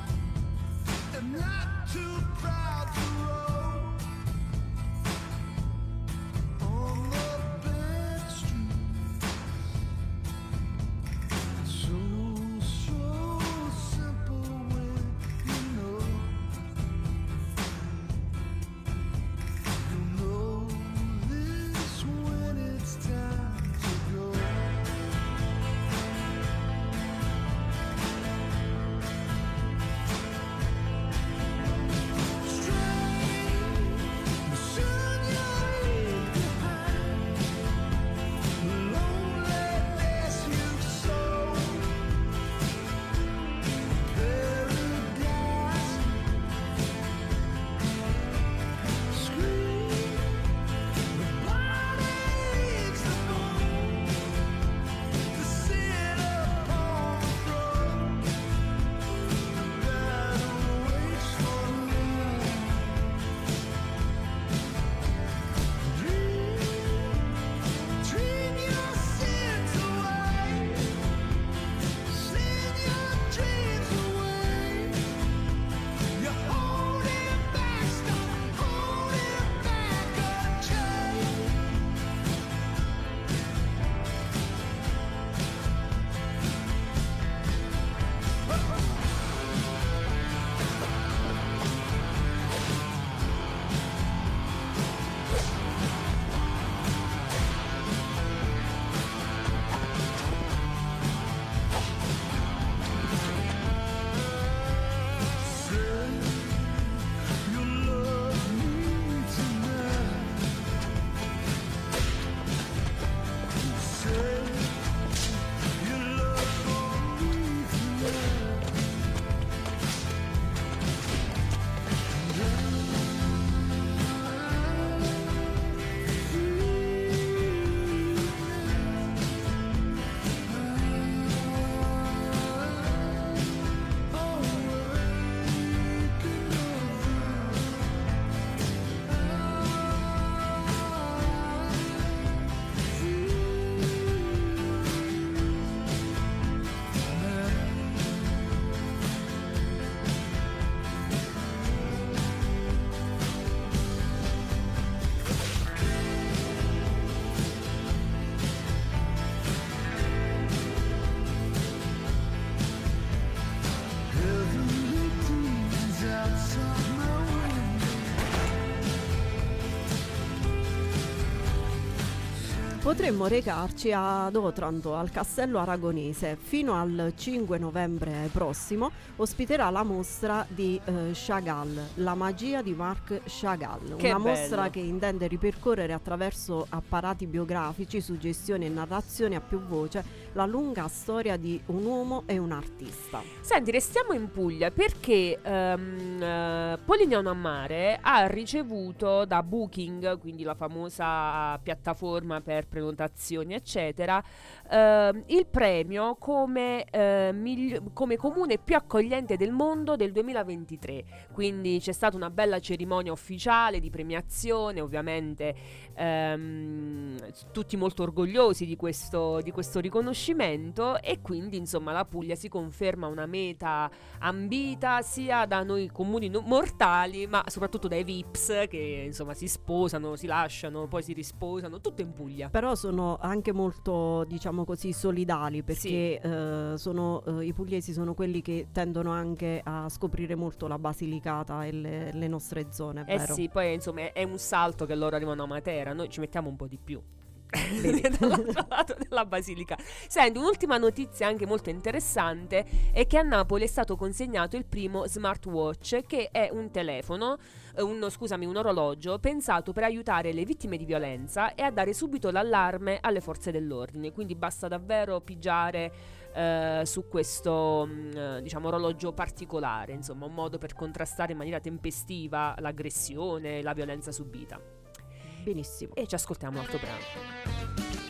potremmo recarci ad Otranto, al Castello Aragonese. Fino al cinque novembre prossimo ospiterà la mostra di eh, Chagall, La magia di Marc Chagall, Che una bello. mostra che intende ripercorrere attraverso apparati biografici, suggestioni e narrazioni a più voce la lunga storia di un uomo e un artista. Senti, restiamo in Puglia perché ehm, eh, Polignano a Mare ha ricevuto da Booking, quindi la famosa piattaforma per prenotazioni eccetera, ehm, il premio come, eh, migli- come comune più accogliente del mondo del duemilaventitré. Quindi c'è stata una bella cerimonia ufficiale di premiazione, ovviamente ehm, tutti molto orgogliosi di questo, di questo riconoscimento, e quindi insomma la Puglia si conferma una meta ambita sia da noi comuni no- mortali, ma soprattutto dai V I Ps che insomma si sposano, si lasciano, poi si risposano, tutto in Puglia. Però sono anche molto, diciamo così, solidali, perché eh, sono, eh, i pugliesi sono quelli che tendono anche a scoprire molto la Basilicata e le, le nostre zone, Eh vero? sì, poi insomma è- è un salto che loro arrivano a Matera, noi ci mettiamo un po' di più. Dall'altro lato della Basilica. Senti, un'ultima notizia anche molto interessante è che a Napoli è stato consegnato il primo smartwatch, che è un telefono, eh, un, scusami, un orologio pensato per aiutare le vittime di violenza e a dare subito l'allarme alle forze dell'ordine. Quindi basta davvero pigiare eh, su questo mh, eh, diciamo orologio particolare, insomma un modo per contrastare in maniera tempestiva l'aggressione, la violenza subita. Benissimo. E ci ascoltiamo l'altro brano.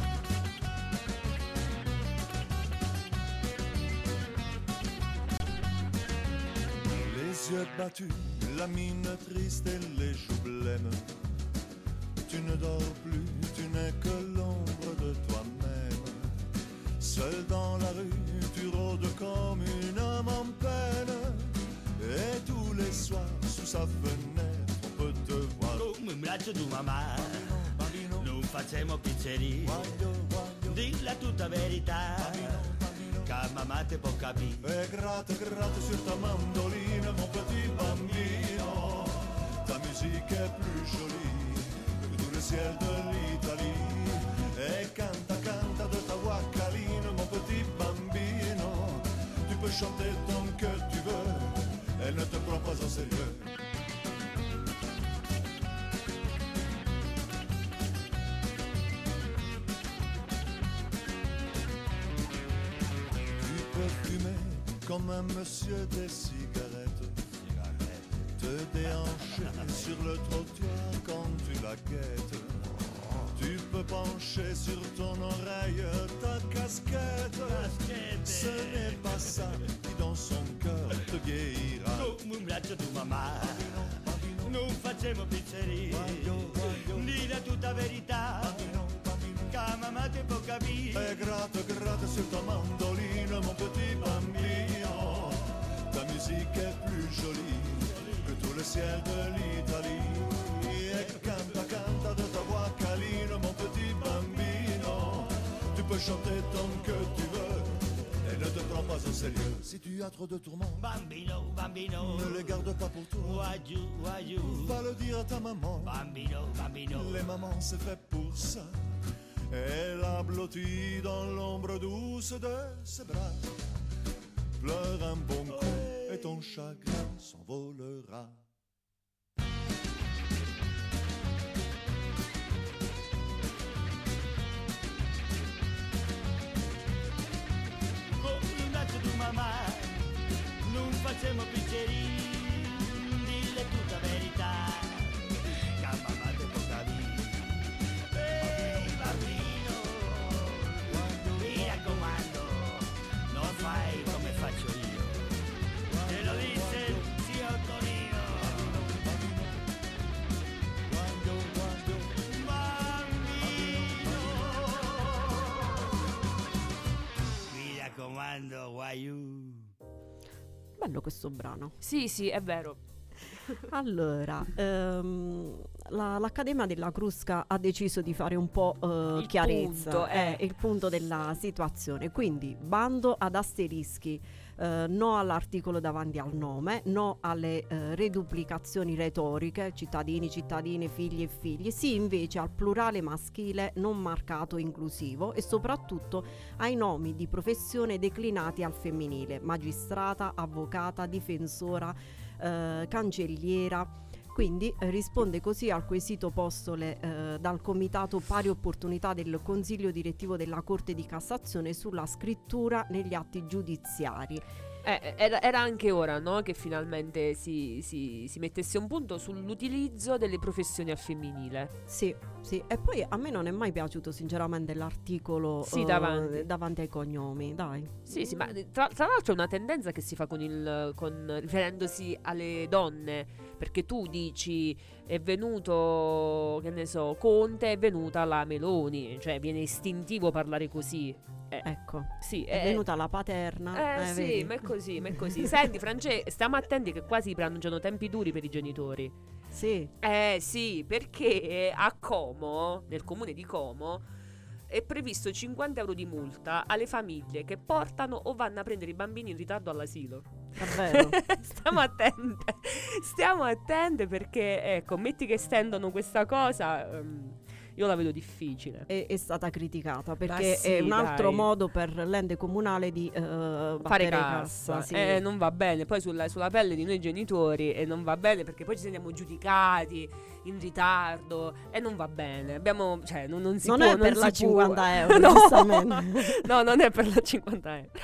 Les yeux battus, la mine triste et les joues blêmes. Tu ne dors plus, tu n'es que l'ombre de toi-même. Seul dans la rue, tu rôdes comme une âme en peine. Et tous les soirs, sous sa fenêtre, on peut te voir. Come un braccio di mamma, Bambino, non facciamo pizzerie, guaglio, guaglio, di la tutta verità, che mamma te può capire. et gratte, gratte sur ta mandoline, mon petit bambino. Ta musique est plus jolie que tout le ciel de l'Italie. Et canta, canta de ta voix câline, mon petit bambino. Tu peux chanter tant que tu veux, elle ne te prend pas au sérieux. Tu peux fumer comme un monsieur des cigarettes, te déhancher sur le trottoir quand tu la guettes. Tu peux pencher sur ton oreille ta casquette. Ce n'est pas ça qui dans son cœur te guérira. Come un braccio di mamma, non facciamo pizzerie, di la tutta verità, che mamma te può capire. Et gratte, gratte sur ta mandoline, mon petit bambino. Ta musique est plus jolie que tout le ciel de l'Italie. Et canta, canta de ta voix câline, mon petit bambino. Tu peux chanter tant que tu veux, et ne te prends pas au sérieux. Si tu as trop de tourments, Bambino, bambino, ne les garde pas pour toi. waggiù, waggiù, Va le dire à ta maman. bambino, bambino. Les mamans, c'est fait pour ça. Elle a blotti dans l'ombre douce de ses bras. Pleure un bon coup et ton chagrin s'envolera. Come un braccio di mamma, non facciamo pizzerie, dille tutta verità, che mamma te può capire. Ehi bambino, mi raccomando, non fai come faccio io, te lo dice il zio Tonino. Quando, quando, Bambino, mi raccomando, guaiù. Bello questo brano. Sì, sì, è vero. Allora, ehm, la- l'Accademia della Crusca ha deciso di fare un po' eh, Il chiarezza, punto, eh, eh. il punto della situazione. Quindi, bando ad asterischi. eh, no all'articolo davanti al nome, no alle eh, reduplicazioni retoriche, cittadini, cittadine, figli e figli, sì invece al plurale maschile non marcato inclusivo e soprattutto ai nomi di professione declinati al femminile: magistrata, avvocata, difensora, eh, cancelliera. Quindi eh, risponde così al quesito postole eh, dal Comitato Pari Opportunità del Consiglio Direttivo della Corte di Cassazione sulla scrittura negli atti giudiziari. Eh, era, era anche ora, no, che finalmente si, si, si mettesse un punto sull'utilizzo delle professioni al femminile. Sì, sì. E poi a me non è mai piaciuto sinceramente l'articolo Sì, eh, davanti. davanti ai cognomi, dai. Sì, sì, ma tra, tra l'altro è una tendenza che si fa con il con riferendosi alle donne, perché tu dici è venuto, che ne so, Conte, è venuta la Meloni, cioè viene istintivo parlare così. Eh, Ecco, sì, è venuta la paterna. Eh, eh, sì, vedi? ma è così, ma è così. Senti, France, stiamo attenti che qua si pronunciano tempi duri per i genitori. Sì. Eh sì, perché a Como, nel comune di Como, è previsto cinquanta euro di multa alle famiglie che portano o vanno a prendere i bambini in ritardo all'asilo. Davvero? Stiamo attente, stiamo attente perché, ecco, metti che estendono questa cosa, ehm, io la vedo difficile. È, è stata criticata Ma perché sì, è un altro dai. modo per l'ente comunale di eh, Fare battere cassa, cassa. Sì. eh, non va bene. Poi sulla, sulla pelle di noi genitori, e non va bene perché poi ci sentiamo giudicati in ritardo e non va bene. Abbiamo, cioè, non, non si Non può, è per si la può. cinquanta euro, No. giustamente. No, non è per la cinquanta euro.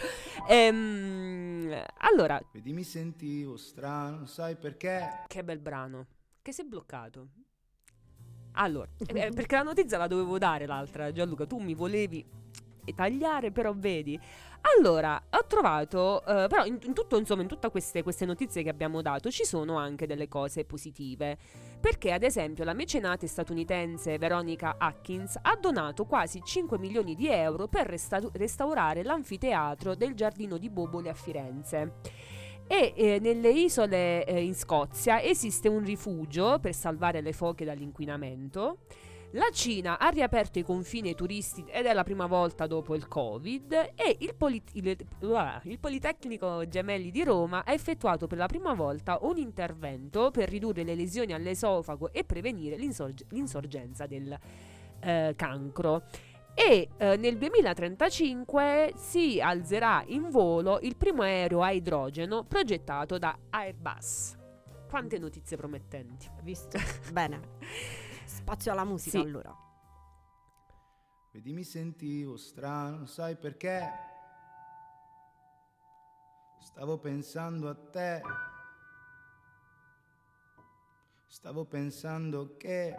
Ehm, allora, Vedi, mi sentivo strano, sai perché? che bel brano. Che si è bloccato. Allora, eh, perché la notizia la dovevo dare l'altra, Gianluca, tu mi volevi tagliare, però vedi. Allora, ho trovato, eh, però in, in tutto, insomma, in tutte queste, queste notizie che abbiamo dato ci sono anche delle cose positive, perché ad esempio la mecenate statunitense Veronica Atkins ha donato quasi cinque milioni di euro per resta- restaurare l'anfiteatro del Giardino di Boboli a Firenze. E eh, nelle isole eh, in Scozia esiste un rifugio per salvare le foche dall'inquinamento. La Cina ha riaperto i confini ai turisti ed è la prima volta dopo il Covid. E il, Polit- il, uh, il Politecnico Gemelli di Roma ha effettuato per la prima volta un intervento per ridurre le lesioni all'esofago e prevenire l'insorg- l'insorgenza del eh, cancro. E eh, nel duemilatrentacinque si alzerà in volo il primo aereo a idrogeno progettato da Airbus. Quante notizie promettenti. Visto? Bene. Spazio alla musica, Sì. allora. Vedi, mi sentivo strano, sai perché? Stavo pensando a te. Stavo pensando che...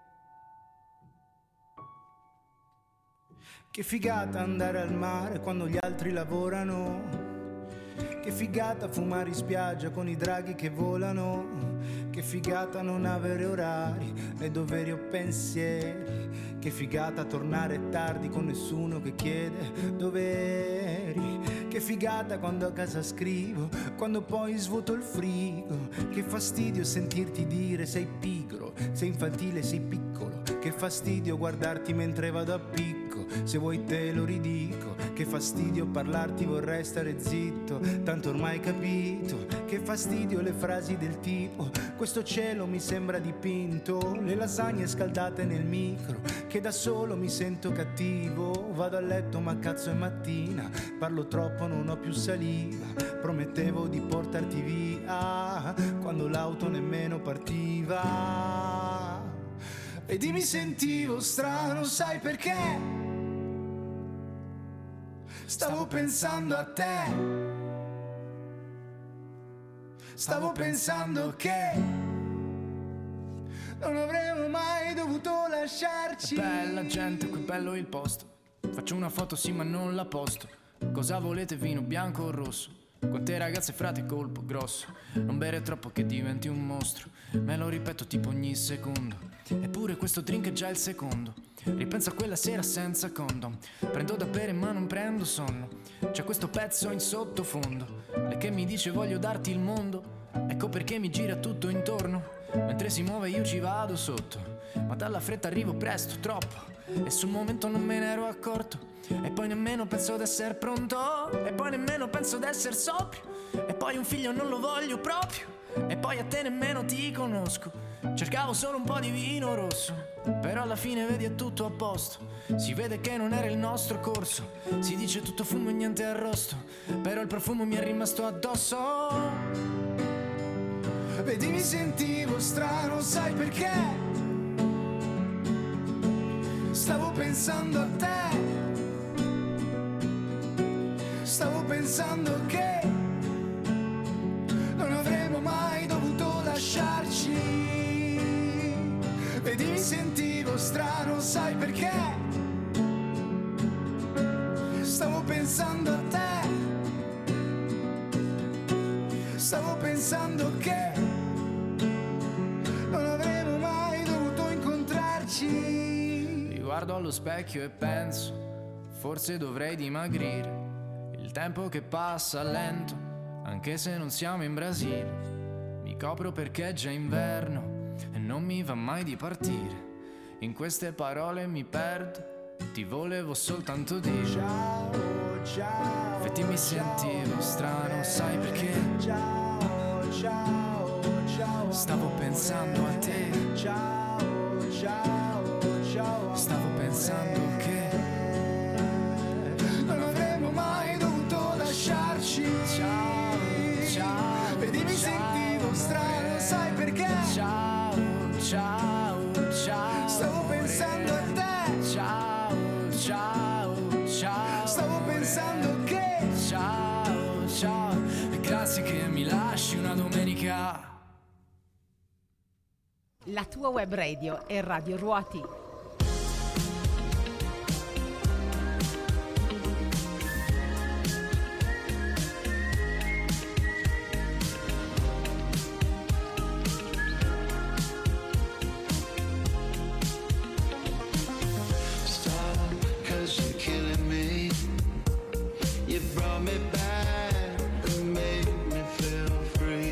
Che figata andare al mare quando gli altri lavorano. Che figata fumare in spiaggia con i draghi che volano. Che figata non avere orari, né doveri o pensieri. Che figata tornare tardi con nessuno che chiede dove eri. Che figata quando a casa scrivo, quando poi svuoto il frigo. Che fastidio sentirti dire sei pigro, sei infantile, sei piccolo. Che fastidio guardarti mentre vado a picco, se vuoi te lo ridico. Che fastidio parlarti, vorrei stare zitto, tanto ormai capito. Che fastidio le frasi del tipo questo cielo mi sembra dipinto, le lasagne scaldate nel micro, che da solo mi sento cattivo. Vado a letto ma cazzo è mattina, parlo troppo non ho più saliva. Promettevo di portarti via quando l'auto nemmeno partiva. Ed mi sentivo strano, sai perché? Stavo pensando a te. Stavo pensando che non avremmo mai dovuto lasciarci. È bella gente, qui bello il posto. Faccio una foto sì ma non la posto. Cosa volete, vino bianco o rosso? Quante ragazze frate colpo grosso. Non bere troppo che diventi un mostro. Me lo ripeto tipo ogni secondo. Eppure questo drink è già il secondo. Ripenso a quella sera senza condom. Prendo da bere ma non prendo sonno. C'è questo pezzo in sottofondo. Lei che mi dice voglio darti il mondo. Ecco perché mi gira tutto intorno. Mentre si muove io ci vado sotto. Ma dalla fretta arrivo presto, troppo. e sul momento non me ne ero accorto. E poi nemmeno penso d'essere pronto, e poi nemmeno penso d'essere sobrio, e poi un figlio non lo voglio proprio, e poi a te nemmeno ti conosco. Cercavo solo un po' di vino rosso, però alla fine vedi è tutto a posto. Si vede che non era il nostro corso, si dice tutto fumo e niente arrosto, però il profumo mi è rimasto addosso. Vedi, mi sentivo strano, sai perché? Stavo pensando a te. Stavo pensando che non avremmo mai dovuto lasciarci. Vedi, mi sentivo strano, sai perché? Stavo pensando a te. Stavo pensando che non avremmo mai dovuto incontrarci. Mi guardo allo specchio e penso, forse dovrei dimagrire. Il tempo che passa lento, anche se non siamo in Brasile. Mi copro perché è già inverno e non mi va mai di partire. In queste parole mi perdo, ti volevo soltanto dire ciao, ciao. Vedi, mi sentivo strano, sai perché? Ciao, ciao, ciao. Stavo pensando a te. Ciao, ciao, ciao. Stavo pensando che non avremmo mai dovuto lasciarci. Ciao, ciao. Vedi, mi ciao, sentivo strano, sai perché? Ciao, ciao, ciao. Stavo pensando a te. Ciao, ciao, ciao. Stavo pensando che ciao, ciao. E grazie che mi lasci una domenica. La tua web radio è Radio Ruoti.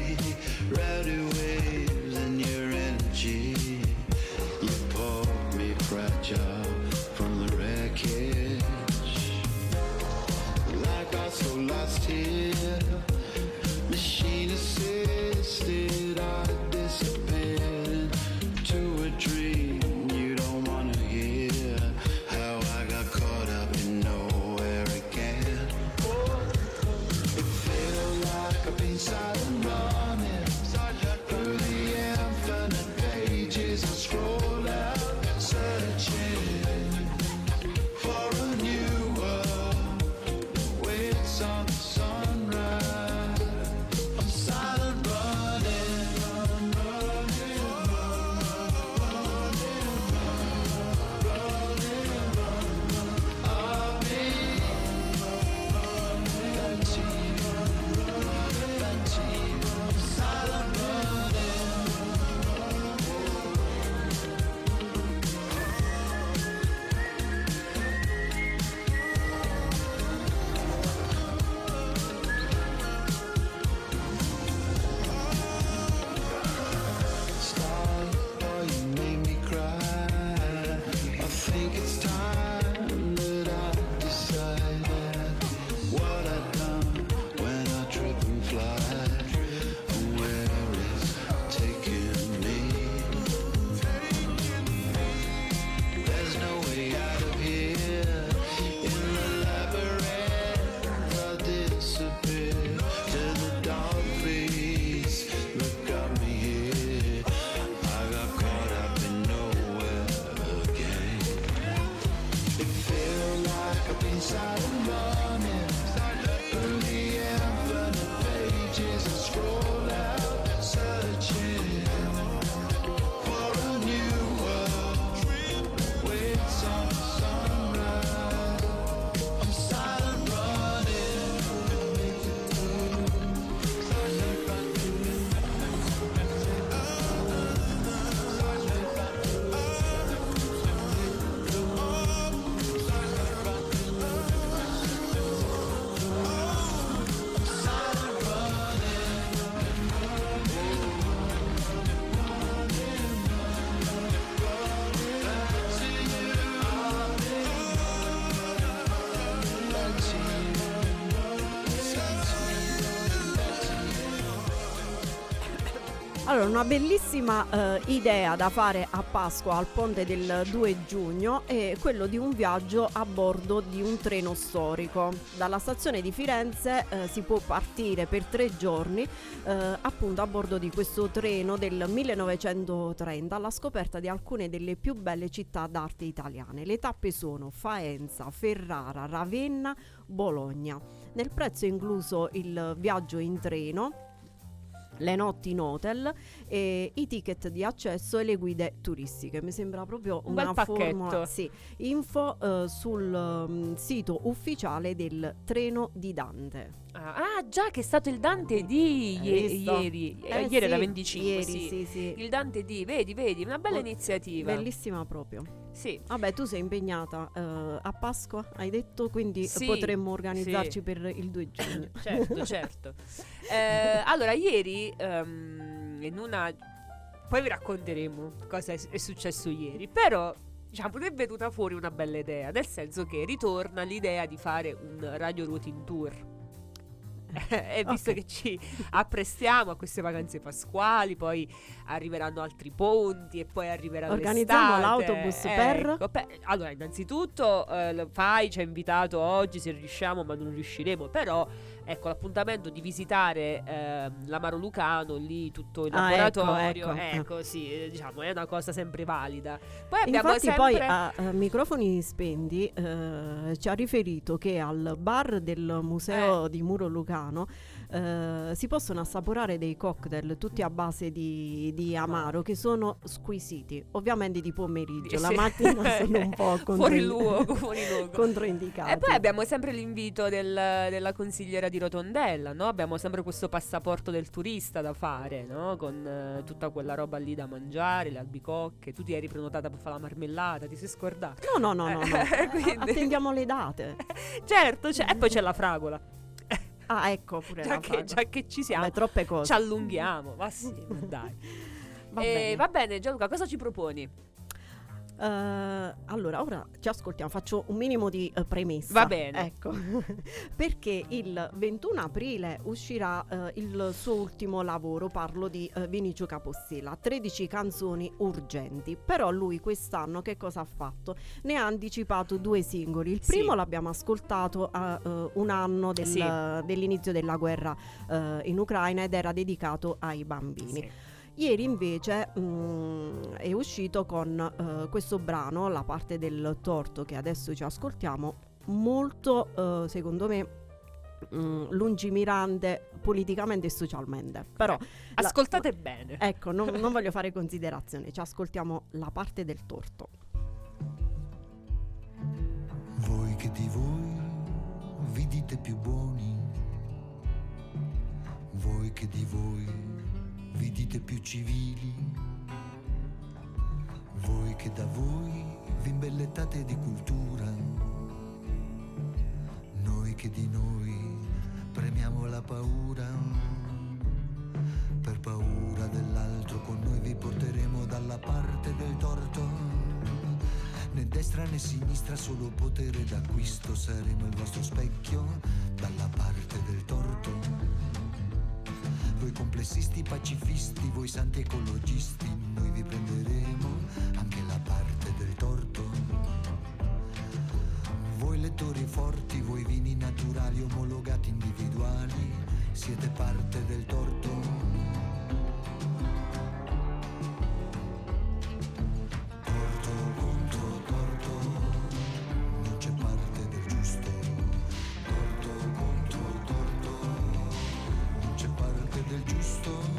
Rowdy waves and your energy, you pour me Allora, una bellissima eh, idea da fare a Pasqua al ponte del due giugno è quello di un viaggio a bordo di un treno storico. Dalla stazione di Firenze eh, si può partire per tre giorni eh, appunto a bordo di questo treno del millenovecentotrenta alla scoperta di alcune delle più belle città d'arte italiane. Le tappe sono Faenza, Ferrara, Ravenna, Bologna. Nel prezzo è incluso il viaggio in treno, le notti in hotel, e i ticket di accesso e le guide turistiche. Mi sembra proprio Un una bel formula. pacchetto. Sì, info eh, sul um, sito ufficiale del Treno di Dante. Ah, ah, già che è stato il Dante di Hai ie- visto? ieri, eh, Eh, ieri sì, era venticinque, ieri, sì. sì, sì. Il Dante di, vedi, vedi, una bella Oh, iniziativa. Bellissima proprio. Sì. Vabbè, tu sei impegnata eh, a Pasqua, hai detto, quindi Sì, potremmo organizzarci sì. per il due giugno. Certo, certo. Eh, allora, ieri ehm, in una... Poi vi racconteremo cosa è, è successo ieri, però diciamo è venuta fuori una bella idea, nel senso che ritorna l'idea di fare un Radio Routing Tour. E visto Ok. che ci apprestiamo a queste vacanze pasquali, poi arriveranno altri ponti e poi arriverà Organizziamo l'estate. l'autobus per? Ecco, per- allora, innanzitutto eh, lo- Fai ci ha invitato oggi se riusciamo, ma non riusciremo. Però ecco l'appuntamento di visitare ehm, l'Amaro Lucano, lì tutto il Ah, ecco, laboratorio. ecco. Ecco, sì, eh, diciamo è una cosa sempre valida. Poi abbiamo Infatti sempre poi a, a microfoni spenti eh, ci ha riferito che al bar del museo di Muro Lucano eh, si possono assaporare dei cocktail tutti a base di, di amaro che sono squisiti, ovviamente di pomeriggio, Sì. la mattina sono un po' contro- fuori luogo, fuori luogo. controindicati. E poi abbiamo sempre l'invito del- della consigliera di Rotondella, no? Abbiamo sempre questo passaporto del turista da fare, no? Con eh, tutta quella roba lì da mangiare, le albicocche. Tu ti eri prenotata per fare la marmellata, ti sei scordata? No, no, no, no, no. Eh, quindi- Attendiamo le date. Certo, c'è- e poi c'è la fragola. Ah, ecco pure Già la che, fragola. già che ci siamo, Vabbè, troppe cose. ci allunghiamo. Ma sì, ma dai. Va Eh, bene. va bene, Gianluca, cosa ci proponi? Eh, allora, ora ci ascoltiamo, faccio un minimo di eh, premessa. Va bene. Ecco, perché il ventuno aprile uscirà eh, il suo ultimo lavoro, parlo di eh, Vinicio Capostela, tredici canzoni urgenti. Però lui quest'anno che cosa ha fatto? Ne ha anticipato due singoli. Il Sì. primo l'abbiamo ascoltato a eh, un anno del- Sì. dell'inizio della guerra eh, in Ucraina ed era dedicato ai bambini. Sì. Ieri invece mh, è uscito con eh, questo brano, la parte del torto che adesso ci ascoltiamo, molto eh, secondo me mh, lungimirante politicamente e socialmente. Però la- Ascoltate bene. ecco, non, non voglio fare considerazioni, ci ascoltiamo la parte del torto. Voi che di voi vi dite più buoni, voi che di voi vi dite più civili, voi che da voi vi imbellettate di cultura, noi che di noi premiamo la paura, per paura dell'altro con noi vi porteremo dalla parte del torto. Né destra né sinistra, solo potere d'acquisto, saremo il vostro specchio dalla parte del torto. Voi complessisti pacifisti, voi santi ecologisti, noi vi prenderemo anche la parte del torto. Voi lettori forti, voi vini naturali omologati individuali, siete parte del torto. Torto contro torto, non c'è parte del giusto. Torto contro torto, non c'è parte del giusto.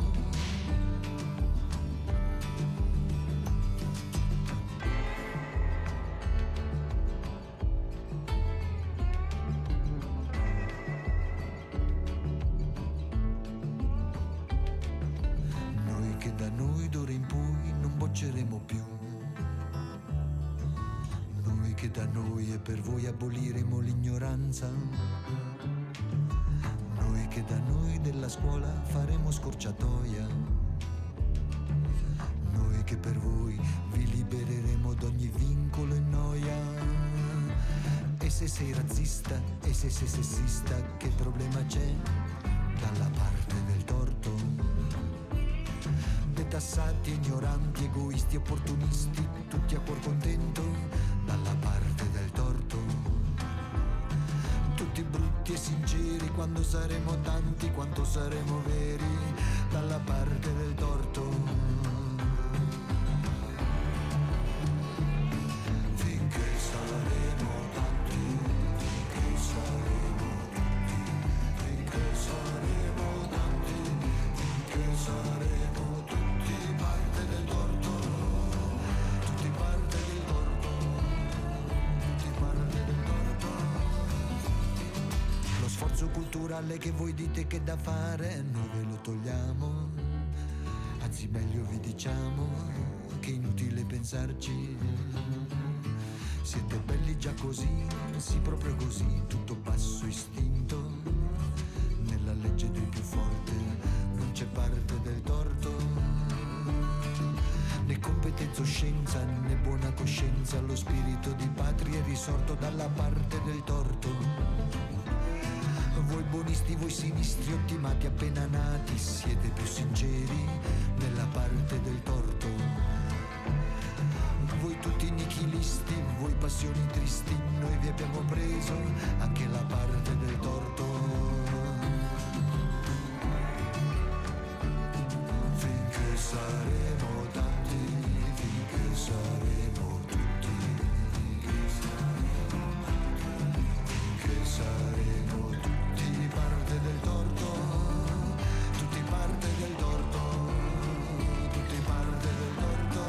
Noi che da noi d'ora in poi non bocceremo più. Noi che da noi e per voi aboliremo l'ignoranza. Noi che da noi della scuola faremo scorciatoia. Noi che per voi vi libereremo d'ogni vincolo e noia. E se sei razzista, e se sei sessista, che problema c'è? Dalla parte del torto. incassati, ignoranti, egoisti, opportunisti, tutti a cuor contento, dalla parte del torto. Tutti brutti e sinceri, quando saremo tanti, quanto saremo veri, dalla parte del torto. Finché saremo tanti, finché saremo tutti, finché saremo tanti, finché saremo tutti parte del torto, tutti parte del torto, tutti parte del torto. Lo sforzo culturale che voi dite che è da fare, noi ve lo togliamo, anzi meglio vi diciamo che è inutile pensarci. Siete belli già così, sì proprio così, tutto basso istinto, nella legge del più forte non c'è parte del torto, né competenza o scienza né buona coscienza, lo spirito di patria è risorto dalla parte del torto. Voi buonisti, voi sinistri, ottimati appena nati, siete più sinceri nella parte del torto. Voi tutti nichilisti, voi passioni tristi, noi vi abbiamo preso anche la parte del torto. Finché saremo tanti, finché saremo tutti, finché saremo tanti, finché saremo tutti parte del torto, tutti parte del torto, tutti parte del torto.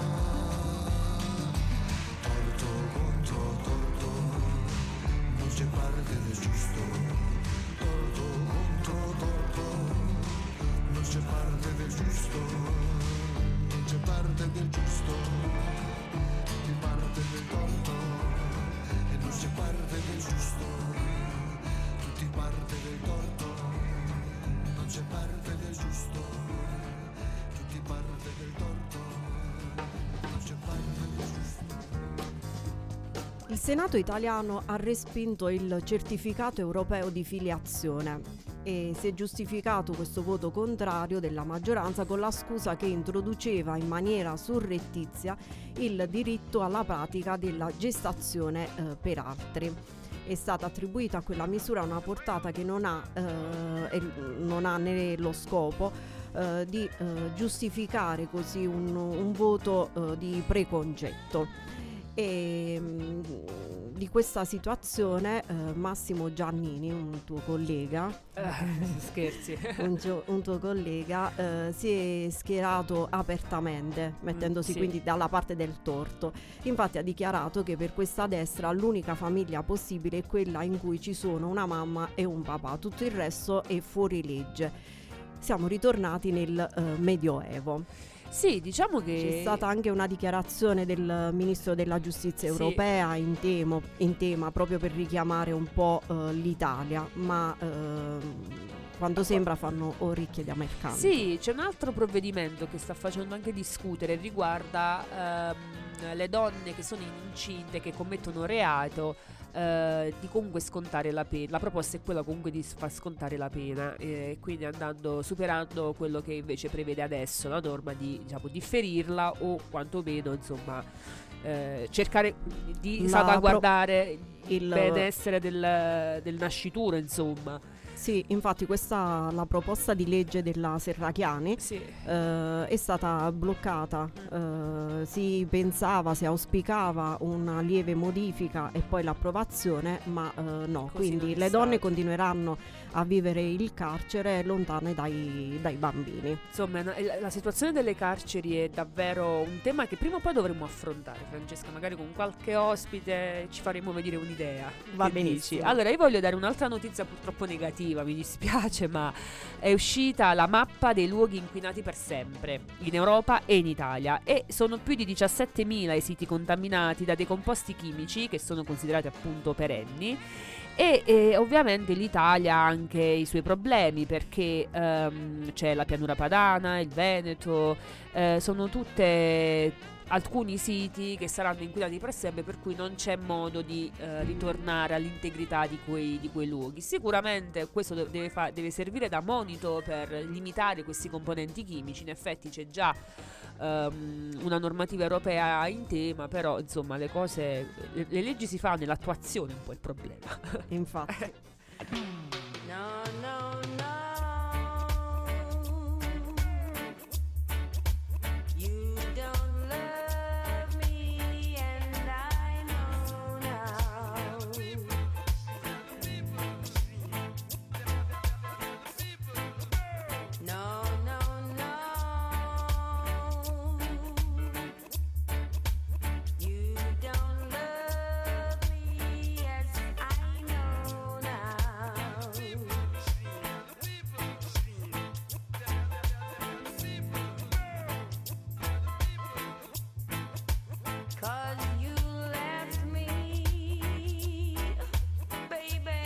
Torto contro torto, non c'è parte del giusto. Torto contro torto, non c'è parte del giusto. Non c'è parte del giusto, tutti parte del torto, e non c'è parte del giusto, tutti parte del torto, non c'è parte del giusto, tutti parte del torto, non c'è parte del giusto. Il Senato italiano ha respinto il certificato europeo di filiazione e si è giustificato questo voto contrario della maggioranza con la scusa che introduceva in maniera surrettizia il diritto alla pratica della gestazione eh, per altri. È stata attribuita a quella misura una portata che non ha, eh, non ha né lo scopo eh, di eh, giustificare così un, un voto eh, di preconcetto. E mh, di questa situazione eh, Massimo Giannini, un tuo collega, scherzi, un, tuo, un tuo collega eh, si è schierato apertamente, mettendosi sì. quindi dalla parte del torto. Infatti ha dichiarato che per questa destra l'unica famiglia possibile è quella in cui ci sono una mamma e un papà, tutto il resto è fuori legge. Siamo ritornati nel eh, Medioevo. Sì, diciamo che C'è stata anche una dichiarazione del ministro della giustizia Sì. europea in, temo, in tema proprio per richiamare un po' eh, l'Italia, ma eh, quando sembra fanno orecchie da mercante. Sì, c'è un altro provvedimento che sta facendo anche discutere, riguarda ehm, le donne che sono incinte, che commettono reato, eh, di comunque scontare la pena. La proposta è quella comunque di far scontare la pena, eh, quindi andando superando quello che invece prevede adesso la norma di, diciamo, differirla o quantomeno, insomma, eh, cercare di La salvaguardare pro- il il- benessere del, del nascituro, insomma. Sì, infatti questa la proposta di legge della Serracchiani Sì. eh, è stata bloccata. Eh, si pensava, si auspicava una lieve modifica e poi l'approvazione, ma eh, no. Così non Quindi è le donne stato. continueranno a vivere il carcere lontane dai, dai bambini. Insomma, na- la, la situazione delle carceri è davvero un tema che prima o poi dovremmo affrontare, Francesca. Magari con qualche ospite ci faremo vedere un'idea. Va Che benissimo. dici? Allora, io voglio dare un'altra notizia purtroppo negativa, mi dispiace, ma è uscita la mappa dei luoghi inquinati per sempre in Europa e in Italia, e sono più di diciassettemila i siti contaminati da dei composti chimici che sono considerati appunto perenni. E, e ovviamente l'Italia ha anche i suoi problemi, perché ehm, c'è la pianura padana, il Veneto, eh, sono tutte alcuni siti che saranno inquinati per sempre, per cui non c'è modo di eh, ritornare all'integrità di quei, di quei luoghi. Sicuramente questo de- deve, fa- deve servire da monito per limitare questi componenti chimici. In effetti c'è già ehm, una normativa europea in tema, però insomma le cose, le, le leggi si fanno, nell'attuazione è un po' il problema. Infatti. No, no, no. You don't love me, and I know now. No, no, no. You don't love me as I know now. 'Cause you left me, baby,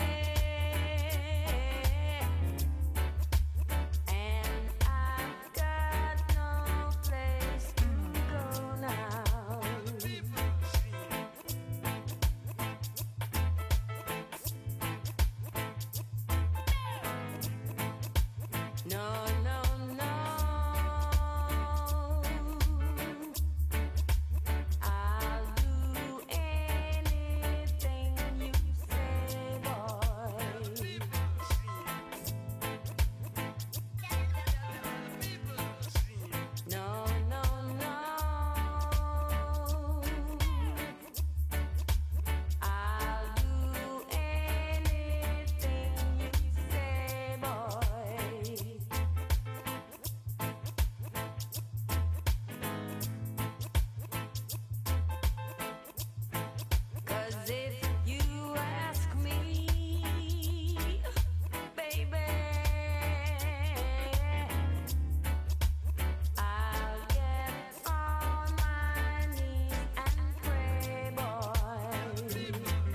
and I've got no place to go now. No, no, no. I'll do anything you say, boy. No, no, no. I'll do anything you say, boy. 'Cause if you ask me, baby, I'll get on my knees and pray, boy.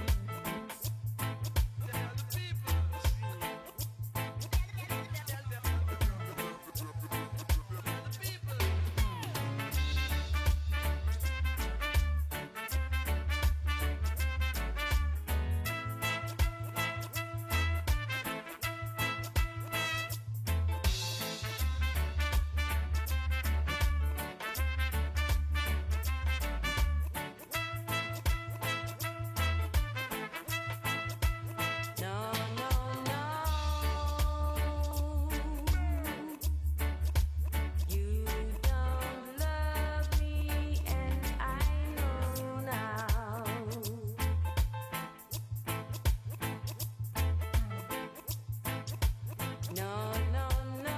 No, no, no. You don't love me, and I know now. No, no, no.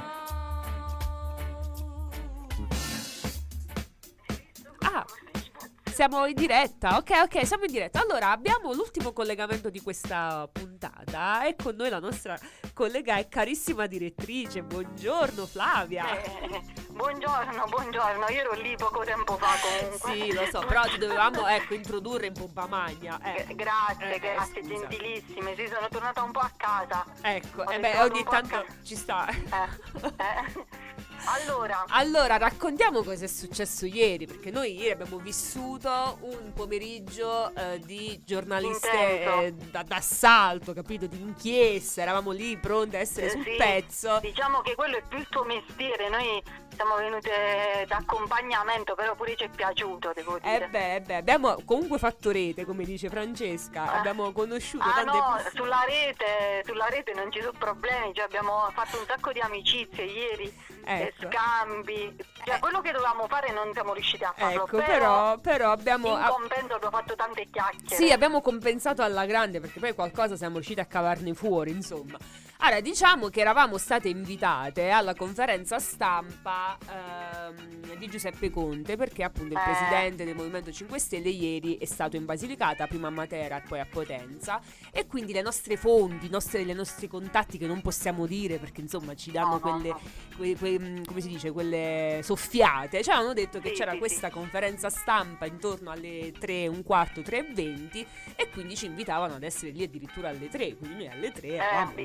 Ah, siamo in diretta. Ok, ok, siamo in diretta. Allora, abbiamo l'ultimo collegamento di questa puntata e con noi la nostra collega e carissima direttrice. Buongiorno Flavia. Eh, buongiorno, buongiorno, io ero lì poco tempo fa comunque. Sì, lo so, però ti dovevamo ecco introdurre in pompa magna. Eh. G- Grazie, Eh, grazie, scusa. gentilissime. Sì, sono tornata un po' a casa. Ecco, Ho e beh, ritrovato ogni un po' a tanto ca- ci sta. Eh, eh. Allora, Allora, raccontiamo cosa è successo ieri, perché noi ieri abbiamo vissuto un pomeriggio eh, di giornaliste Intenso. eh, da- d'assalto, capito? Di inchiesta, eravamo lì pronte a essere eh, sul sì, pezzo. diciamo che quello è più il tuo mestiere. Noi siamo venute d'accompagnamento, però pure ci è piaciuto, devo dire. Eh beh, eh beh, abbiamo comunque fatto rete, come dice Francesca, Eh. abbiamo conosciuto Ah tante no, persone. sulla rete, sulla rete non ci sono problemi, cioè abbiamo fatto un sacco di amicizie ieri, e Ecco. scambi, cioè quello che dovevamo fare non siamo riusciti a farlo, Ecco, però, però abbiamo... in compenso abbiamo fatto tante chiacchiere. Sì, abbiamo compensato alla grande perché poi qualcosa siamo riusciti a cavarne fuori, insomma. Allora, diciamo che eravamo state invitate alla conferenza stampa ehm, di Giuseppe Conte, perché appunto il Eh. presidente del Movimento cinque Stelle ieri è stato in Basilicata, prima a Matera e poi a Potenza, e quindi le nostre fonti, i nostri, le nostri contatti che non possiamo dire perché insomma ci danno No, no, quelle, no. que- que- mm, come si dice, quelle soffiate, ci avevano detto che Sì, c'era sì, questa conferenza stampa intorno alle tre e un quarto, tre e venti, e quindi ci invitavano ad essere lì addirittura alle tre, quindi noi alle tre Eh, eravamo diciamo là. la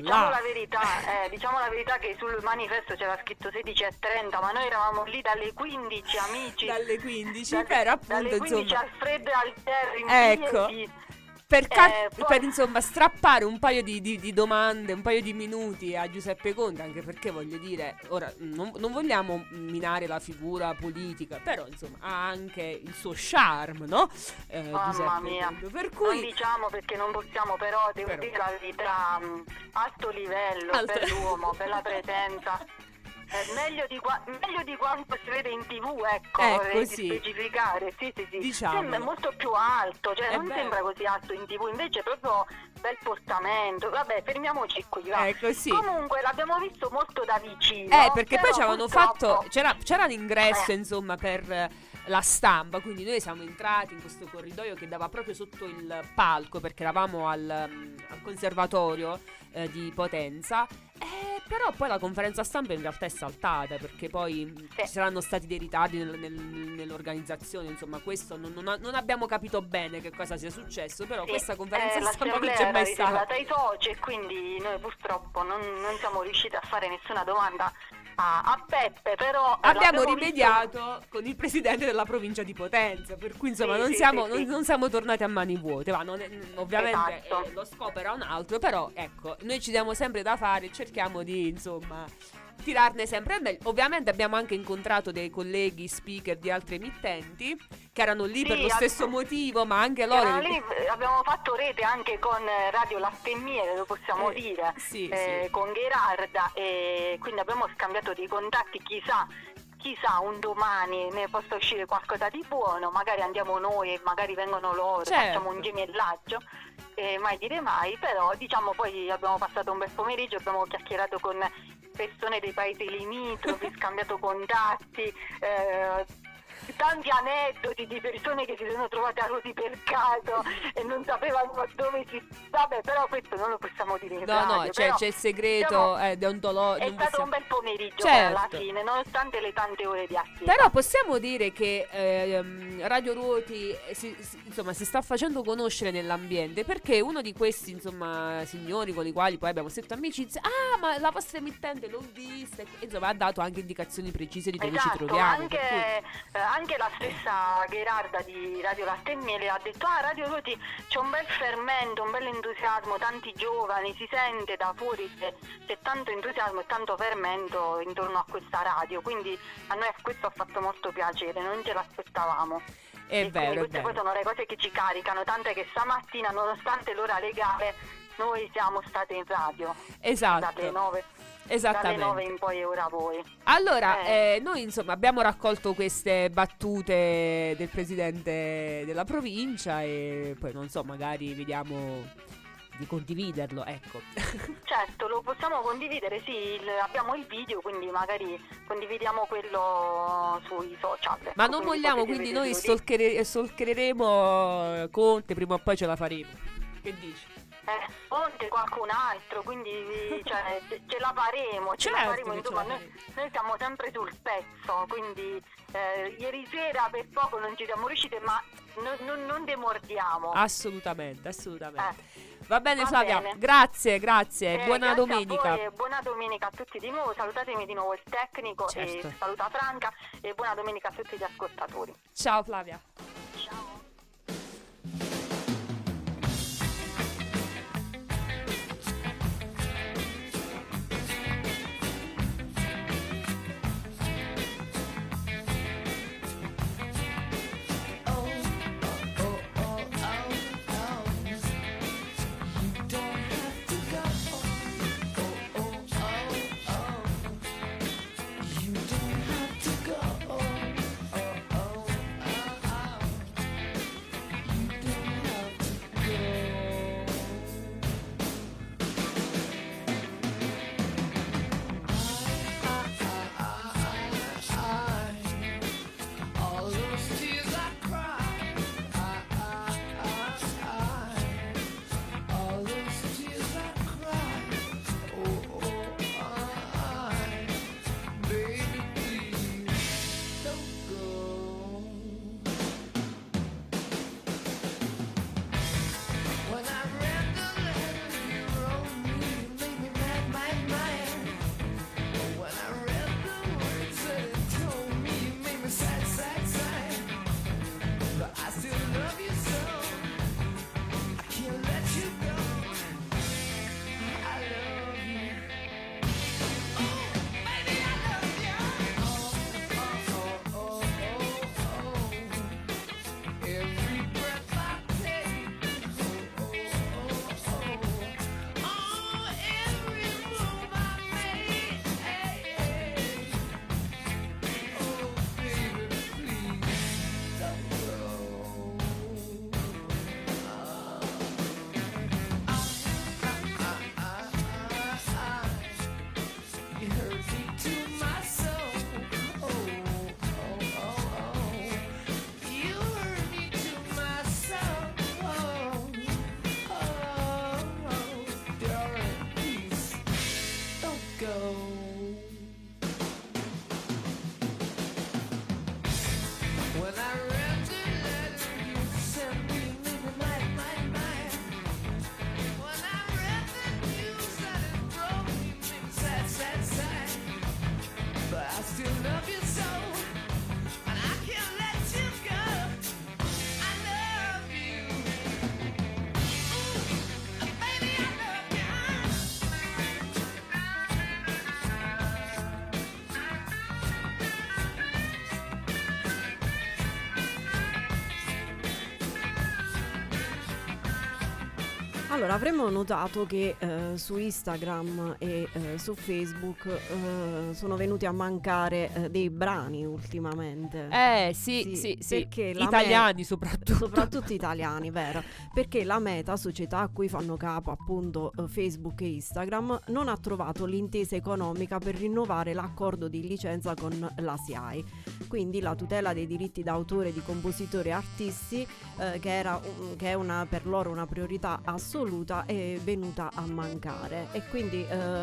verità, eh, diciamo la verità che sul manifesto c'era scritto sedici e trenta, ma noi eravamo lì dalle quindici, amici. Dalle quindici, dalle, per appunto, dalle quindici insomma. al freddo e al terra in Ecco. piedi. Per, cap- Eh, poi- per, insomma strappare un paio di, di- di domande, un paio di minuti a Giuseppe Conte, anche perché voglio dire, ora non, non vogliamo minare la figura politica, però insomma ha anche il suo charme, no? Eh, Mamma Giuseppe mia, Conte. Per non cui diciamo perché non possiamo, però devo Però. dire la verità, mh, alto livello, Alto- bell'uomo, bella presenza. Eh, meglio, di qua- meglio di quanto si vede in tv, ecco, Ecco, vorrei sì. specificare, sì sì sì, Diciamolo. sembra molto più alto, cioè È non vero. sembra così alto in tv, invece è proprio bel portamento, vabbè fermiamoci qui, va. Ecco, sì. Comunque l'abbiamo visto molto da vicino. Eh, perché però poi ci avevano purtroppo- fatto. C'era, c'era l'ingresso, Eh. insomma, per eh, la stampa. Quindi noi siamo entrati in questo corridoio che dava proprio sotto il palco, perché eravamo al, mm, al conservatorio eh, di Potenza. Eh, però poi la conferenza stampa in realtà è saltata, perché poi mm, ci saranno stati dei ritardi nel- nel- nell'organizzazione. Insomma, questo non, non, ha- non abbiamo capito bene che cosa sia successo. Però Sì, questa conferenza eh, stampa non l'assemblea c'è era mai stata. riservata ai soci e quindi noi purtroppo non, non siamo riusciti a fare nessuna domanda a, a Peppe, però eh, Abbiamo l'abbiamo rimediato con il presidente della provincia di Potenza, per cui insomma Sì, non, sì, siamo, sì, non, sì. non siamo tornati a mani vuote. Va, non è- n- ovviamente Esatto. eh, lo scopo era un altro, però ecco, noi ci diamo sempre da fare e cerchiamo di insomma tirarne sempre al meglio. Ovviamente abbiamo anche incontrato dei colleghi speaker di altre emittenti che erano lì Sì, per lo ab- stesso motivo, ma anche visto. loro. Erano lì, eh, abbiamo fatto rete anche con eh, Radio Latte e Miele, lo possiamo Eh, dire, sì, eh, sì. con Gherarda, e quindi abbiamo scambiato dei contatti, chissà. Chissà, un domani ne possa uscire qualcosa di buono, magari andiamo noi e magari vengono loro, Certo. facciamo un gemellaggio, eh, mai dire mai, però diciamo poi abbiamo passato un bel pomeriggio, abbiamo chiacchierato con persone dei paesi limitrofi, scambiato contatti, eh, tanti aneddoti di persone che si sono trovate a roti per caso e non sapevano dove si vabbè, però questo non lo possiamo dire in No, radio, no, c'è, però, c'è il segreto diciamo, eh, deontologico. è non stato possiamo- un bel pomeriggio Certo. alla fine, nonostante le tante ore di attesa. Però possiamo dire che ehm, Radio Ruoti eh, si, si- insomma, si sta facendo conoscere nell'ambiente, perché uno di questi insomma signori con i quali poi abbiamo stretto amicizia, ah ma la vostra emittente l'ho vista, e insomma ha dato anche indicazioni precise di dove Esatto, ci troviamo. anche, per cui- eh, anche la stessa Gherarda di Radio Latte e Miele ha detto ah Radio Ruoti c'è un bel fermento, un bel entusiasmo, tanti giovani, si sente da fuori che c'è tanto entusiasmo e tanto fermento intorno a questa radio, quindi a noi questo ha fatto molto piacere, non ce l'aspettavamo. È E quindi vero, è queste poi vero. sono le cose che ci caricano, tant'è che stamattina nonostante l'ora legale noi siamo state in radio Esatto. dalle nove. Esattamente. Dalle nove in poi e ora voi. Allora, Eh. eh, noi insomma abbiamo raccolto queste battute del presidente della provincia e poi non so, magari vediamo di condividerlo, ecco. Certo, lo possiamo condividere, sì, il- abbiamo il video, quindi magari condividiamo quello sui social. Ma ecco, non quindi vogliamo, potete quindi noi vederlo lì. stalkere- stalkeremo eh, Conte, prima o poi ce la faremo. Che dici? Eh, Conte qualcun altro, quindi cioè, ce, ce la faremo, ce la Certo faremo, che insomma, ce la noi, noi siamo sempre sul pezzo, quindi eh, ieri sera per poco non ci siamo riuscite, ma non, non, non demordiamo. Assolutamente, assolutamente. Eh. Va bene Va Flavia, bene. grazie, grazie, Eh, buona grazie a domenica. voi e buona domenica a tutti di nuovo, salutatemi di nuovo il tecnico Certo. e saluta Franca e buona domenica a tutti gli ascoltatori. Ciao Flavia. Ciao. You don't have to go. Allora, avremmo notato che eh, su Instagram e eh, su Facebook eh, sono venuti a mancare eh, dei brani ultimamente. Eh sì, sì, sì, perché la italiani me- soprattutto. soprattutto italiani, vero? Perché la Meta, società a cui fanno capo appunto eh, Facebook e Instagram, non ha trovato l'intesa economica per rinnovare l'accordo di licenza con la S I A E. Quindi la tutela dei diritti d'autore di compositori e artisti, eh, che, era un- che è una, per loro una priorità assoluta, è venuta a mancare, e quindi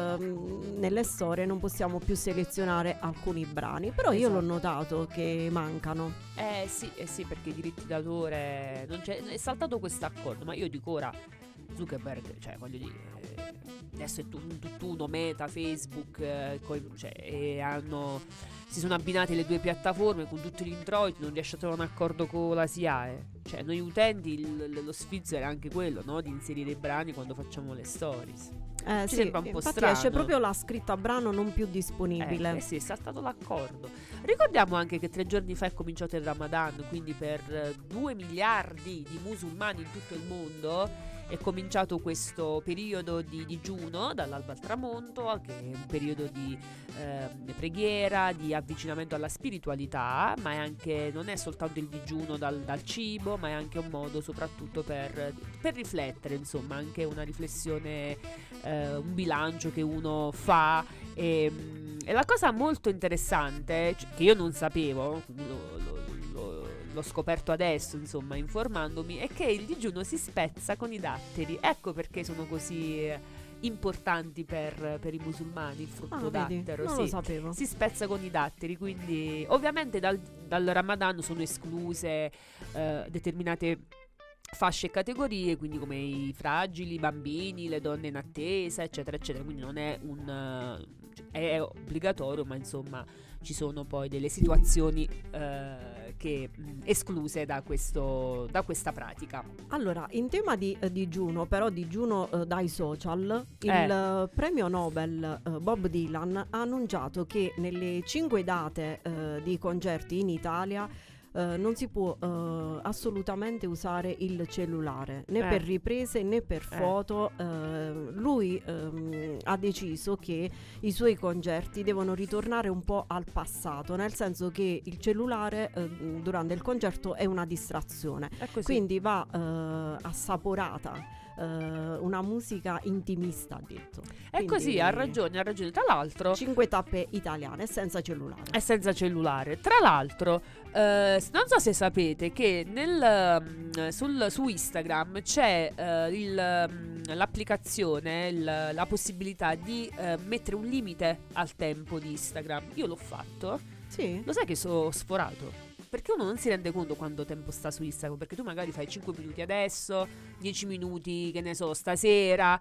ehm, nelle storie non possiamo più selezionare alcuni brani, però io l'ho Esatto. notato che mancano. Eh sì, eh sì, perché i diritti d'autore non c'è, è saltato questo accordo, ma io dico ora Zuckerberg, cioè voglio dire, eh, adesso è tu- un tutt'uno, Meta, Facebook, eh, coi- cioè, e hanno, si sono abbinate le due piattaforme con tutti gli introiti, non riesce a trovare un accordo con la S I A E. Cioè noi utenti il- lo sfizio era anche quello, no? Di inserire i brani quando facciamo le stories. Eh Ci sì, sembra un po' infatti strano. esce proprio la scritta brano non più disponibile. Eh, eh sì, è saltato l'accordo. Ricordiamo anche che tre giorni fa è cominciato il Ramadan, quindi per eh, due miliardi di musulmani in tutto il mondo è cominciato questo periodo di digiuno dall'alba al tramonto, che è un periodo di eh, preghiera, di avvicinamento alla spiritualità, ma è anche, non è soltanto il digiuno dal, dal cibo, ma è anche un modo soprattutto per, per riflettere, insomma, anche una riflessione, eh, un bilancio che uno fa. E, mm, e la cosa molto interessante, cioè, che io non sapevo, lo, lo- lo- l'ho scoperto adesso, insomma, informandomi, è che il digiuno si spezza con i datteri. Ecco perché sono così eh, importanti per, per i musulmani il frutto Ah, vedi, dattero. non sì. lo sapevo. Si spezza con i datteri, quindi ovviamente dal, dal Ramadan sono escluse eh, determinate fasce e categorie, quindi come i fragili, i bambini, le donne in attesa, eccetera, eccetera. Quindi non è un eh, è obbligatorio, ma insomma ci sono poi delle situazioni eh, che mh, escluse da questo da questa pratica. Allora, in tema di eh, digiuno, però digiuno eh, dai social, il Eh. eh, premio Nobel eh, Bob Dylan ha annunciato che nelle cinque date eh, di concerti in Italia eh, non si può eh, assolutamente usare il cellulare, né Eh. per riprese né per Eh. foto. Eh, lui ehm, ha deciso che i suoi concerti devono ritornare un po' al passato, nel senso che il cellulare eh, durante il concerto è una distrazione. È così. Quindi va eh, assaporata eh, una musica intimista, ha detto. È Quindi, così, ha ragione, ha ragione. Tra l'altro Cinque tappe italiane senza cellulare. è senza cellulare. Tra l'altro, eh, s- non so se sapete che nel, mm, sul- su Instagram c'è eh, il, mm, l'applicazione, il- la possibilità di eh, mettere un limite al tempo di Instagram. Io l'ho fatto. Sì. Lo sai che sono sforato? Perché uno non si rende conto quanto tempo sta su Instagram. Perché tu magari fai cinque minuti adesso, dieci minuti, che ne so, stasera.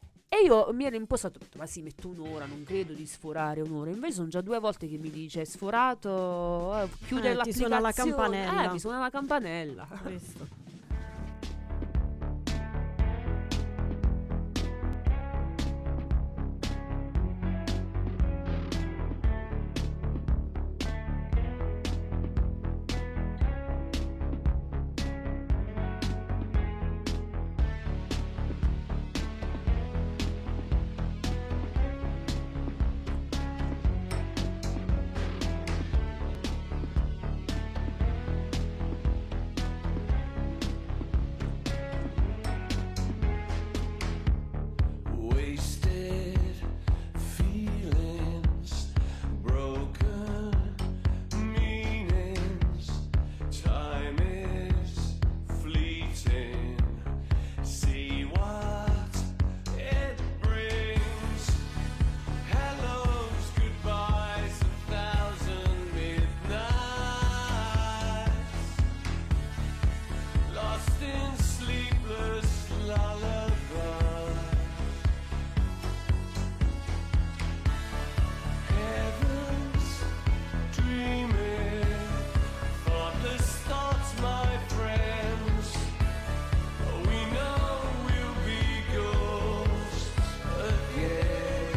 E io mi ero impostato, ho detto, ma sì, metto un'ora, non credo di sforare un'ora. Invece sono già due volte che mi dice sforato, eh, chiude Eh, ti l'applicazione. suona la campanella. Eh, mi suona la campanella. Questo. Wasted feelings, broken meanings. Time is fleeting. See what it brings. Hellos, goodbyes, a thousand midnights. Lost in sleepless lullaby. Heavens dreaming, thoughtless thoughts, my friends. We know we'll be ghosts again.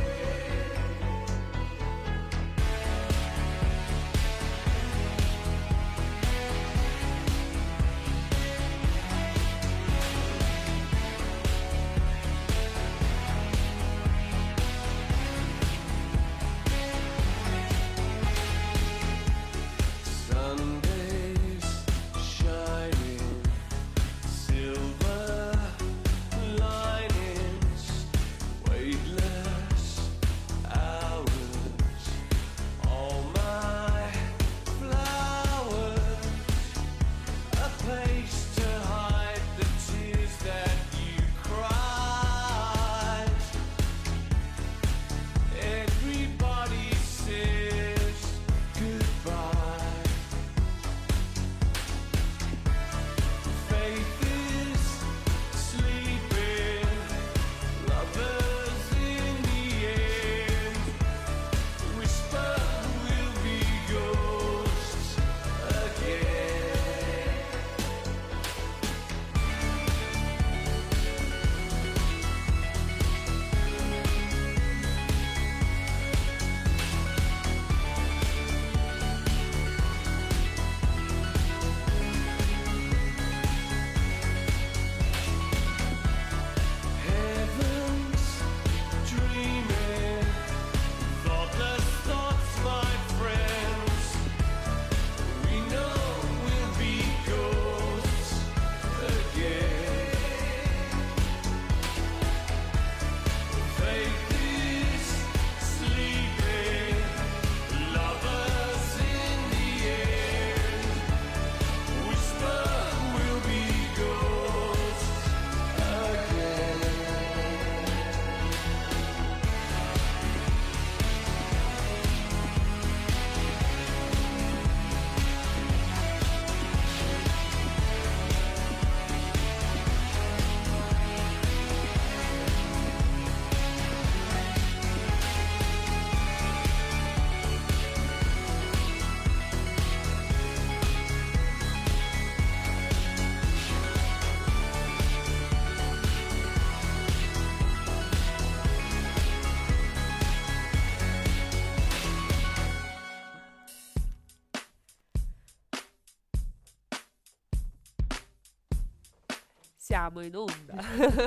Siamo in onda.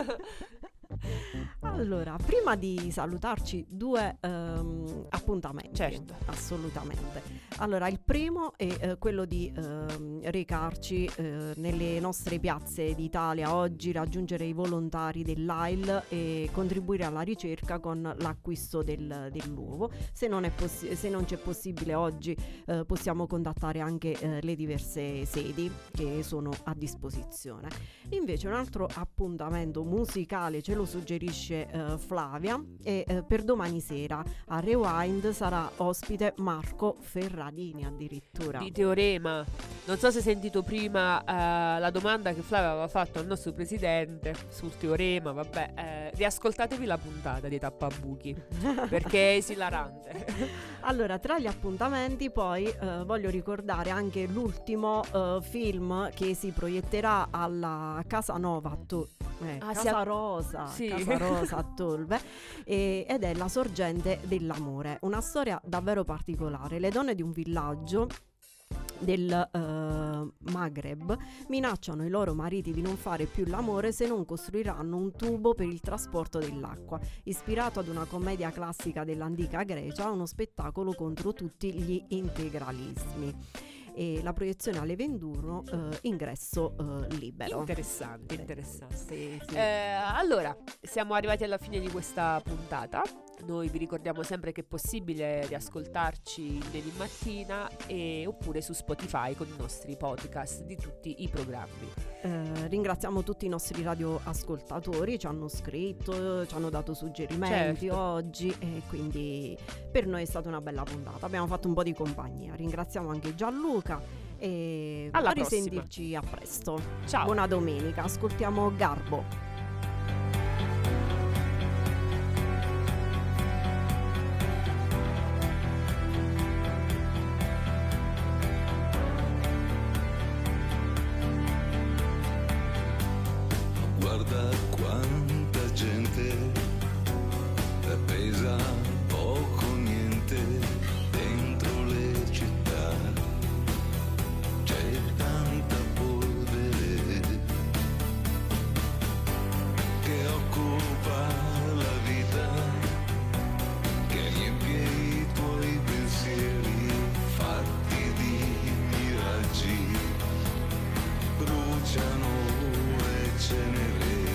Allora, prima di salutarci, due ehm, appuntamenti. Certo. Assolutamente. Allora, il primo è eh, quello di ehm, recarci eh, nelle nostre piazze d'Italia oggi, raggiungere i volontari dell'A I L e contribuire alla ricerca con l'acquisto del, dell'uovo. Se non, è possi- se non c'è possibile oggi, eh, possiamo contattare anche eh, le diverse sedi che sono a disposizione. Invece un altro appuntamento musicale ce lo suggerisce eh, Flavia e eh, per domani sera a Rewind sarà ospite Marco Ferradini addirittura. Di Teorema. Non so se hai sentito prima eh, la domanda che Flavia aveva fatto al nostro presidente sul teorema, vabbè, eh, riascoltatevi la puntata di Tappabuchi perché è esilarante. Allora, tra gli appuntamenti poi eh, voglio ricordare anche l'ultimo eh, film che si proietterà alla Casa Nova a To- eh, Ah, Casa sia- Rosa, Sì. Casa Rosa a Tolve e- ed è La sorgente dell'amore, una storia davvero particolare. Le donne di un villaggio del eh, Maghreb minacciano i loro mariti di non fare più l'amore se non costruiranno un tubo per il trasporto dell'acqua. Ispirato ad una commedia classica dell'antica Grecia, uno spettacolo contro tutti gli integralismi. E la proiezione alle ventuno, eh, ingresso eh, libero. Interessante, interessante. Sì, sì. Eh, allora, siamo arrivati alla fine di questa puntata. Noi vi ricordiamo sempre che è possibile riascoltarci lunedì mattina e, oppure su Spotify con i nostri podcast di tutti i programmi. Eh, ringraziamo tutti i nostri radioascoltatori, ci hanno scritto, ci hanno dato suggerimenti Certo. oggi e quindi per noi è stata una bella puntata, abbiamo fatto un po' di compagnia. Ringraziamo anche Gianluca e Alla a prossima. risentirci a presto. Ciao. Buona domenica, ascoltiamo Garbo. Guarda quanta gente è appesa poco niente dentro le città, c'è tanta polvere che occupa la vita, che riempie i tuoi pensieri fatti di miraggi, bruciano le ceneri